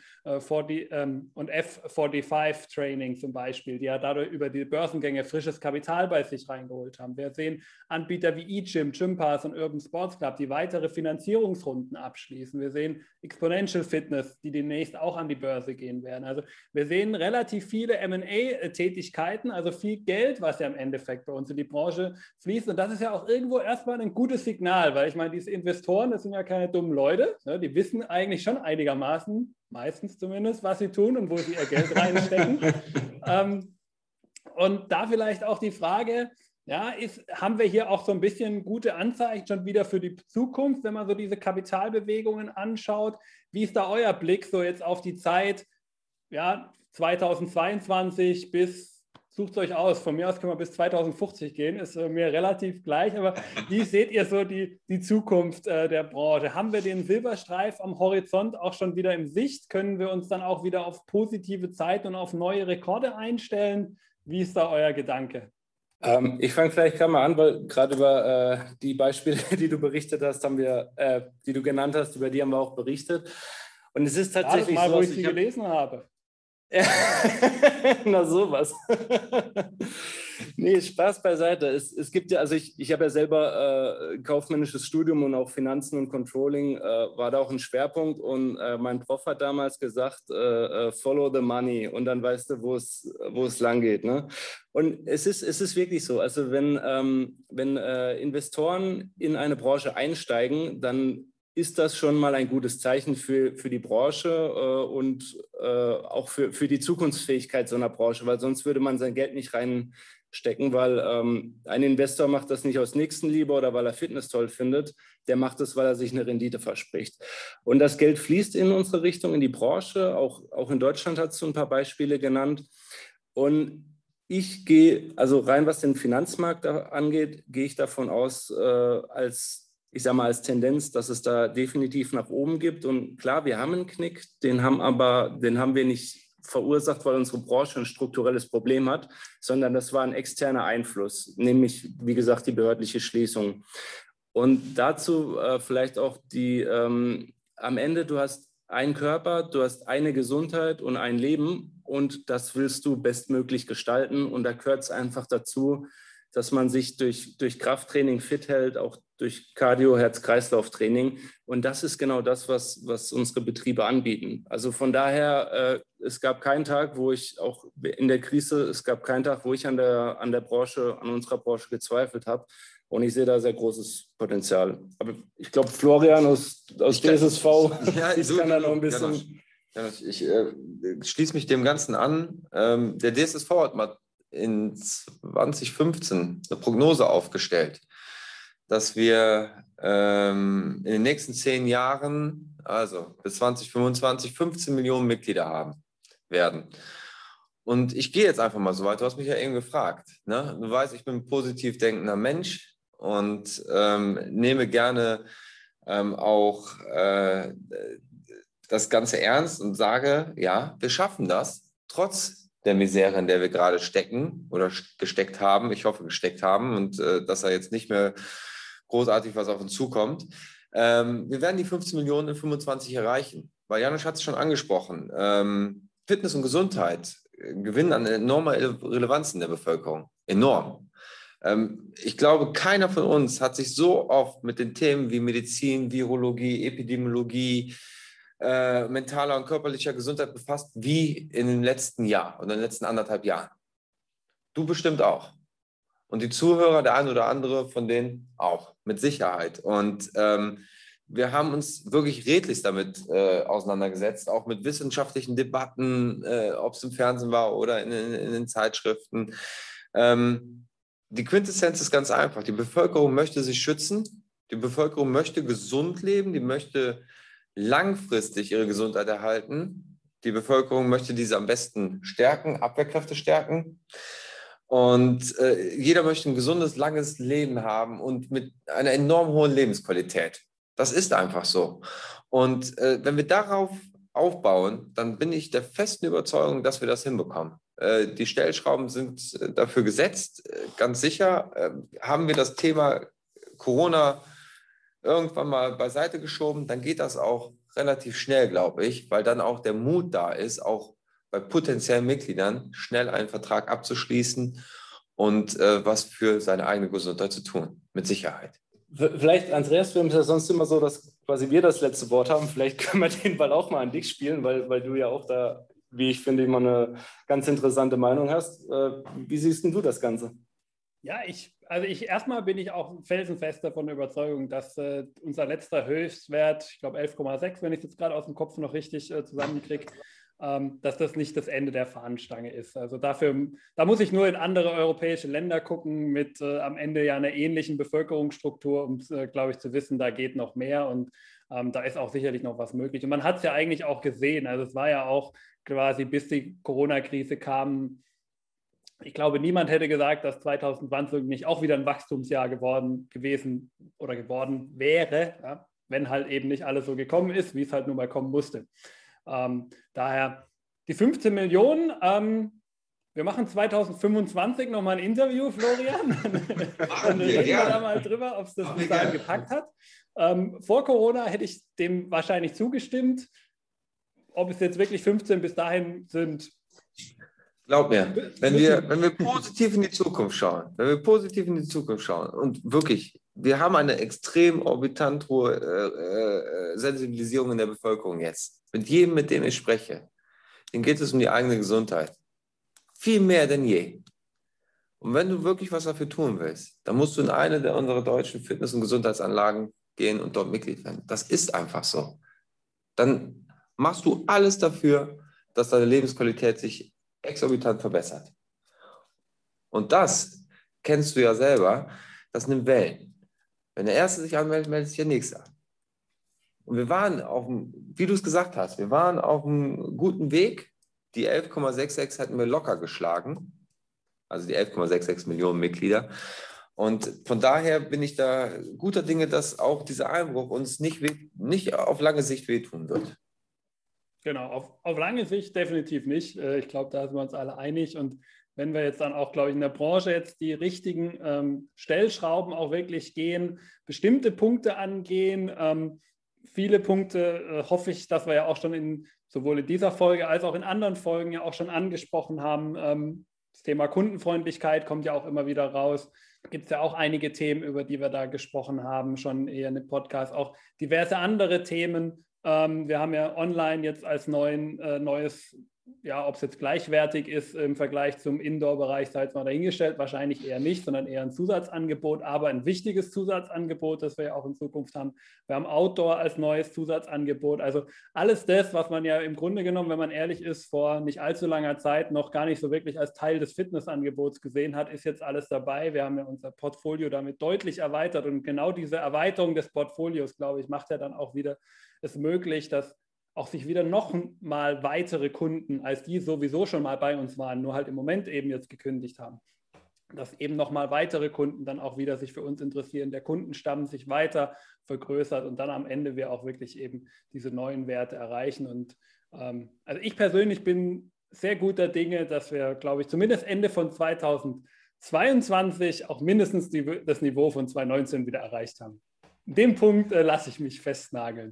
F45 Training zum Beispiel, die ja dadurch über die Börsengänge frisches Kapital bei sich reingeholt haben. Wir sehen Anbieter wie eGym, Gympass und Urban Sports Club, die weitere Finanzierungsrunden abschließen. Wir sehen Exponential Fitness, die demnächst auch an die Börse gehen werden. Also wir sehen relativ viele M&A-Tätigkeiten, also viel Geld, was ja im Endeffekt bei uns in die Branche fließt. Und das ist ja auch irgendwo erstmal ein gutes Signal, weil ich meine, diese Investoren, das sind ja keine dummen Leute, ne? Die wissen eigentlich schon einigermaßen, meistens zumindest, was sie tun und wo sie ihr Geld reinstecken. Und da vielleicht auch die Frage, ja, haben wir hier auch so ein bisschen gute Anzeichen schon wieder für die Zukunft, wenn man so diese Kapitalbewegungen anschaut? Wie ist da euer Blick so jetzt auf die Zeit, ja, 2022 bis, sucht es euch aus, von mir aus können wir bis 2050 gehen, ist mir relativ gleich, aber wie seht ihr so die Zukunft der Branche? Haben wir den Silberstreif am Horizont auch schon wieder in Sicht? Können wir uns dann auch wieder auf positive Zeiten und auf neue Rekorde einstellen? Wie ist da euer Gedanke? Ich fange vielleicht gerade mal an, weil gerade über die Beispiele, die du berichtet hast, die du genannt hast, über die haben wir auch berichtet. Und es ist tatsächlich mal, so, wo ich sie gelesen habe. Na sowas. Nee, Spaß beiseite. Es gibt ja, also ich habe ja selber kaufmännisches Studium und auch Finanzen und Controlling war da auch ein Schwerpunkt und mein Prof hat damals gesagt, follow the money und dann weißt du, wo es lang geht. Ne? Und es ist wirklich so, also wenn Investoren in eine Branche einsteigen, dann ist das schon mal ein gutes Zeichen für die Branche und auch für die Zukunftsfähigkeit so einer Branche, weil sonst würde man sein Geld nicht reinstecken, weil ein Investor macht das nicht aus Nächstenliebe oder weil er Fitness toll findet, der macht das, weil er sich eine Rendite verspricht. Und das Geld fließt in unsere Richtung, in die Branche, auch in Deutschland hast du ein paar Beispiele genannt. Und ich gehe, also rein was den Finanzmarkt angeht, gehe ich davon aus, als Tendenz, dass es da definitiv nach oben gibt. Und klar, wir haben einen Knick, den haben wir nicht verursacht, weil unsere Branche ein strukturelles Problem hat, sondern das war ein externer Einfluss, nämlich, wie gesagt, die behördliche Schließung. Und dazu vielleicht auch am Ende, du hast einen Körper, du hast eine Gesundheit und ein Leben und das willst du bestmöglich gestalten. Und da gehört es einfach dazu, dass man sich durch Krafttraining fit hält, auch durch Cardio, Herz-Kreislauf-Training. Und das ist genau das, was unsere Betriebe anbieten. Also von daher, es gab keinen Tag, wo ich auch in der Krise, es gab keinen Tag, wo ich an unserer Branche gezweifelt habe. Und ich sehe da sehr großes Potenzial. Aber ich glaube, Florian aus DSSV, kann da noch ein bisschen... Ich schließe mich dem Ganzen an. Der DSSV hat mal in 2015 eine Prognose aufgestellt, dass wir in den nächsten 10 Jahren, also bis 2025, 15 Millionen Mitglieder haben werden. Und ich gehe jetzt einfach mal so weit, du hast mich ja eben gefragt. Ne? Du weißt, ich bin ein positiv denkender Mensch und nehme gerne auch das Ganze ernst und sage, ja, wir schaffen das, trotz der Misere, in der wir gerade stecken oder gesteckt haben. Ich hoffe, gesteckt haben und dass da jetzt nicht mehr großartig was auf uns zukommt. Wir werden die 15 Millionen in 25 erreichen, weil Janusz hat es schon angesprochen. Fitness und Gesundheit gewinnen an enormer Relevanz in der Bevölkerung. Enorm. Ich glaube, keiner von uns hat sich so oft mit den Themen wie Medizin, Virologie, Epidemiologie, mentaler und körperlicher Gesundheit befasst wie in dem letzten Jahr oder in den letzten 1,5 Jahren. Du bestimmt auch. Und die Zuhörer, der eine oder andere von denen auch, mit Sicherheit. Und wir haben uns wirklich redlichst damit auseinandergesetzt, auch mit wissenschaftlichen Debatten, ob es im Fernsehen war oder in den Zeitschriften. Die Quintessenz ist ganz einfach. Die Bevölkerung möchte sich schützen. Die Bevölkerung möchte gesund leben. Die möchte langfristig ihre Gesundheit erhalten. Die Bevölkerung möchte diese am besten stärken, Abwehrkräfte stärken. Und jeder möchte ein gesundes, langes Leben haben und mit einer enorm hohen Lebensqualität. Das ist einfach so. Und wenn wir darauf aufbauen, dann bin ich der festen Überzeugung, dass wir das hinbekommen. Die Stellschrauben sind dafür gesetzt, ganz sicher. Haben wir das Thema Corona irgendwann mal beiseite geschoben, dann geht das auch relativ schnell, glaube ich, weil dann auch der Mut da ist, auch bei potenziellen Mitgliedern schnell einen Vertrag abzuschließen und was für seine eigene Gesundheit zu tun, mit Sicherheit. Vielleicht, Andreas, wir haben es ja sonst immer so, dass quasi wir das letzte Wort haben. Vielleicht können wir den Ball auch mal an dich spielen, weil du ja auch da, wie ich finde, immer eine ganz interessante Meinung hast. Wie siehst denn du das Ganze? Ja, erstmal bin ich auch felsenfest davon der Überzeugung, dass unser letzter Höchstwert, ich glaube 11,6, wenn ich es jetzt gerade aus dem Kopf noch richtig zusammenkriege, dass das nicht das Ende der Fahnenstange ist. Also da muss ich nur in andere europäische Länder gucken mit am Ende ja einer ähnlichen Bevölkerungsstruktur, um, glaube ich, zu wissen, da geht noch mehr und da ist auch sicherlich noch was möglich. Und man hat es ja eigentlich auch gesehen. Also es war ja auch quasi, bis die Corona-Krise kam, ich glaube, niemand hätte gesagt, dass 2020 nicht auch wieder ein Wachstumsjahr geworden wäre, ja, wenn halt eben nicht alles so gekommen ist, wie es halt nun mal kommen musste. Daher die 15 Millionen. Wir machen 2025 nochmal ein Interview, Florian. Dann reden wir da mal drüber, ob es das bis dahin gepackt hat. Vor Corona hätte ich dem wahrscheinlich zugestimmt. Ob es jetzt wirklich 15 bis dahin sind. Glaub mir, wenn wir positiv in die Zukunft schauen, und wirklich, wir haben eine extrem orbitant hohe Sensibilisierung in der Bevölkerung jetzt. Mit jedem, mit dem ich spreche, denen geht es um die eigene Gesundheit. Viel mehr denn je. Und wenn du wirklich was dafür tun willst, dann musst du in eine der unserer deutschen Fitness- und Gesundheitsanlagen gehen und dort Mitglied werden. Das ist einfach so. Dann machst du alles dafür, dass deine Lebensqualität sich exorbitant verbessert. Und das kennst du ja selber, das nimmt Wellen. Wenn der Erste sich anmeldet, meldet sich der Nächste an. Und wir waren wie du es gesagt hast, wir waren auf einem guten Weg. Die 11,66 hätten wir locker geschlagen. Also die 11,66 Millionen Mitglieder. Und von daher bin ich da guter Dinge, dass auch dieser Einbruch uns nicht auf lange Sicht wehtun wird. Genau, auf lange Sicht definitiv nicht. Ich glaube, da sind wir uns alle einig. Und wenn wir jetzt dann auch, glaube ich, in der Branche jetzt die richtigen Stellschrauben auch wirklich gehen, bestimmte Punkte angehen, viele Punkte hoffe ich, dass wir ja auch schon sowohl in dieser Folge als auch in anderen Folgen ja auch schon angesprochen haben. Das Thema Kundenfreundlichkeit kommt ja auch immer wieder raus. Gibt es ja auch einige Themen, über die wir da gesprochen haben, schon eher in dem Podcast, auch diverse andere Themen. Wir haben ja online jetzt als neues, ja, ob es jetzt gleichwertig ist im Vergleich zum Indoor-Bereich, sei jetzt mal dahingestellt, wahrscheinlich eher nicht, sondern eher ein Zusatzangebot, aber ein wichtiges Zusatzangebot, das wir ja auch in Zukunft haben. Wir haben Outdoor als neues Zusatzangebot, also alles das, was man ja im Grunde genommen, wenn man ehrlich ist, vor nicht allzu langer Zeit noch gar nicht so wirklich als Teil des Fitnessangebots gesehen hat, ist jetzt alles dabei. Wir haben ja unser Portfolio damit deutlich erweitert und genau diese Erweiterung des Portfolios, glaube ich, macht ja dann auch wieder es möglich, dass auch sich wieder noch mal weitere Kunden, als die sowieso schon mal bei uns waren, nur halt im Moment eben jetzt gekündigt haben, dass eben noch mal weitere Kunden dann auch wieder sich für uns interessieren, der Kundenstamm sich weiter vergrößert und dann am Ende wir auch wirklich eben diese neuen Werte erreichen. Und also ich persönlich bin sehr guter Dinge, dass wir, glaube ich, zumindest Ende von 2022 auch mindestens das Niveau von 2019 wieder erreicht haben. Den Punkt lasse ich mich festnageln.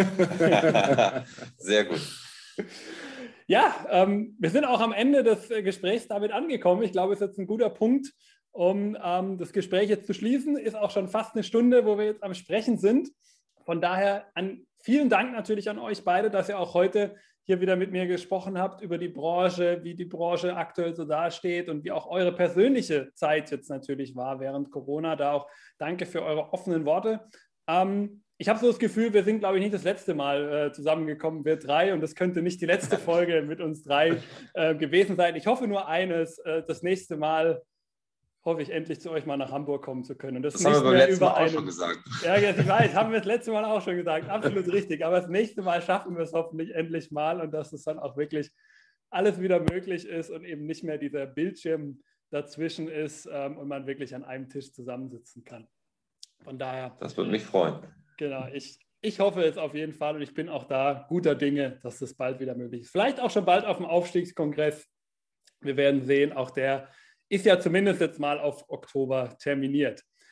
Sehr gut. Ja, wir sind auch am Ende des Gesprächs damit angekommen. Ich glaube, es ist jetzt ein guter Punkt, um das Gespräch jetzt zu schließen. Ist auch schon fast eine Stunde, wo wir jetzt am Sprechen sind. Von daher vielen Dank natürlich an euch beide, dass ihr auch heute hier wieder mit mir gesprochen habt über die Branche, wie die Branche aktuell so dasteht und wie auch eure persönliche Zeit jetzt natürlich war während Corona. Da auch danke für eure offenen Worte. Ich habe so das Gefühl, wir sind, glaube ich, nicht das letzte Mal zusammengekommen, wir drei, und das könnte nicht die letzte Folge mit uns drei gewesen sein. Ich hoffe nur eines, das nächste Mal hoffe ich endlich zu euch mal nach Hamburg kommen zu können. Und das haben wir beim letzten Mal auch schon gesagt. Ja, ich weiß, haben wir das letzte Mal auch schon gesagt, absolut richtig. Aber das nächste Mal schaffen wir es hoffentlich endlich mal und dass es dann auch wirklich alles wieder möglich ist und eben nicht mehr dieser Bildschirm dazwischen ist und man wirklich an einem Tisch zusammensitzen kann. Von daher. Das würde mich freuen. Genau, ich hoffe es auf jeden Fall und ich bin auch da guter Dinge, dass das bald wieder möglich ist. Vielleicht auch schon bald auf dem Aufstiegskongress. Wir werden sehen, auch der ist ja zumindest jetzt mal auf Oktober terminiert.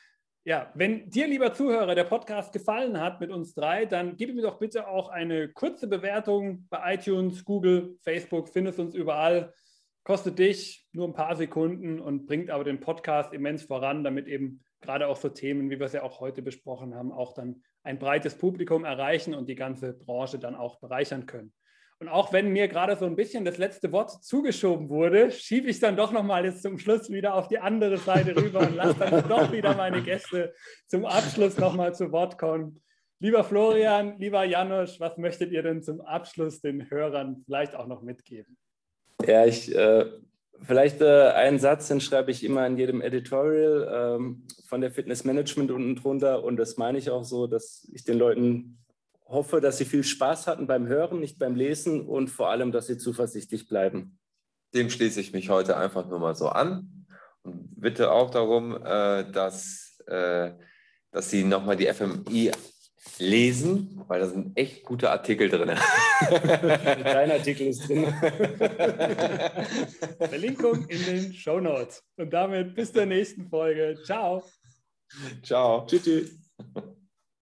Ja, wenn dir, lieber Zuhörer, der Podcast gefallen hat mit uns drei, dann gib mir doch bitte auch eine kurze Bewertung bei iTunes, Google, Facebook, findest uns überall. Kostet dich nur ein paar Sekunden und bringt aber den Podcast immens voran, damit eben gerade auch so Themen, wie wir es ja auch heute besprochen haben, auch dann ein breites Publikum erreichen und die ganze Branche dann auch bereichern können. Und auch wenn mir gerade so ein bisschen das letzte Wort zugeschoben wurde, schiebe ich dann doch nochmal jetzt zum Schluss wieder auf die andere Seite rüber und lasse dann doch wieder meine Gäste zum Abschluss nochmal zu Wort kommen. Lieber Florian, lieber Janosch, was möchtet ihr denn zum Abschluss den Hörern vielleicht auch noch mitgeben? Ja, vielleicht einen Satz, den schreibe ich immer in jedem Editorial von der Fitness Management unten drunter. Und das meine ich auch so, dass ich den Leuten hoffe, dass sie viel Spaß hatten beim Hören, nicht beim Lesen und vor allem, dass sie zuversichtlich bleiben. Dem schließe ich mich heute einfach nur mal so an und bitte auch darum, dass Sie nochmal die FMI lesen, weil da sind echt gute Artikel drin. Dein Artikel ist drin. Verlinkung in den Shownotes. Und damit bis zur nächsten Folge. Ciao. Ciao. Tschüss.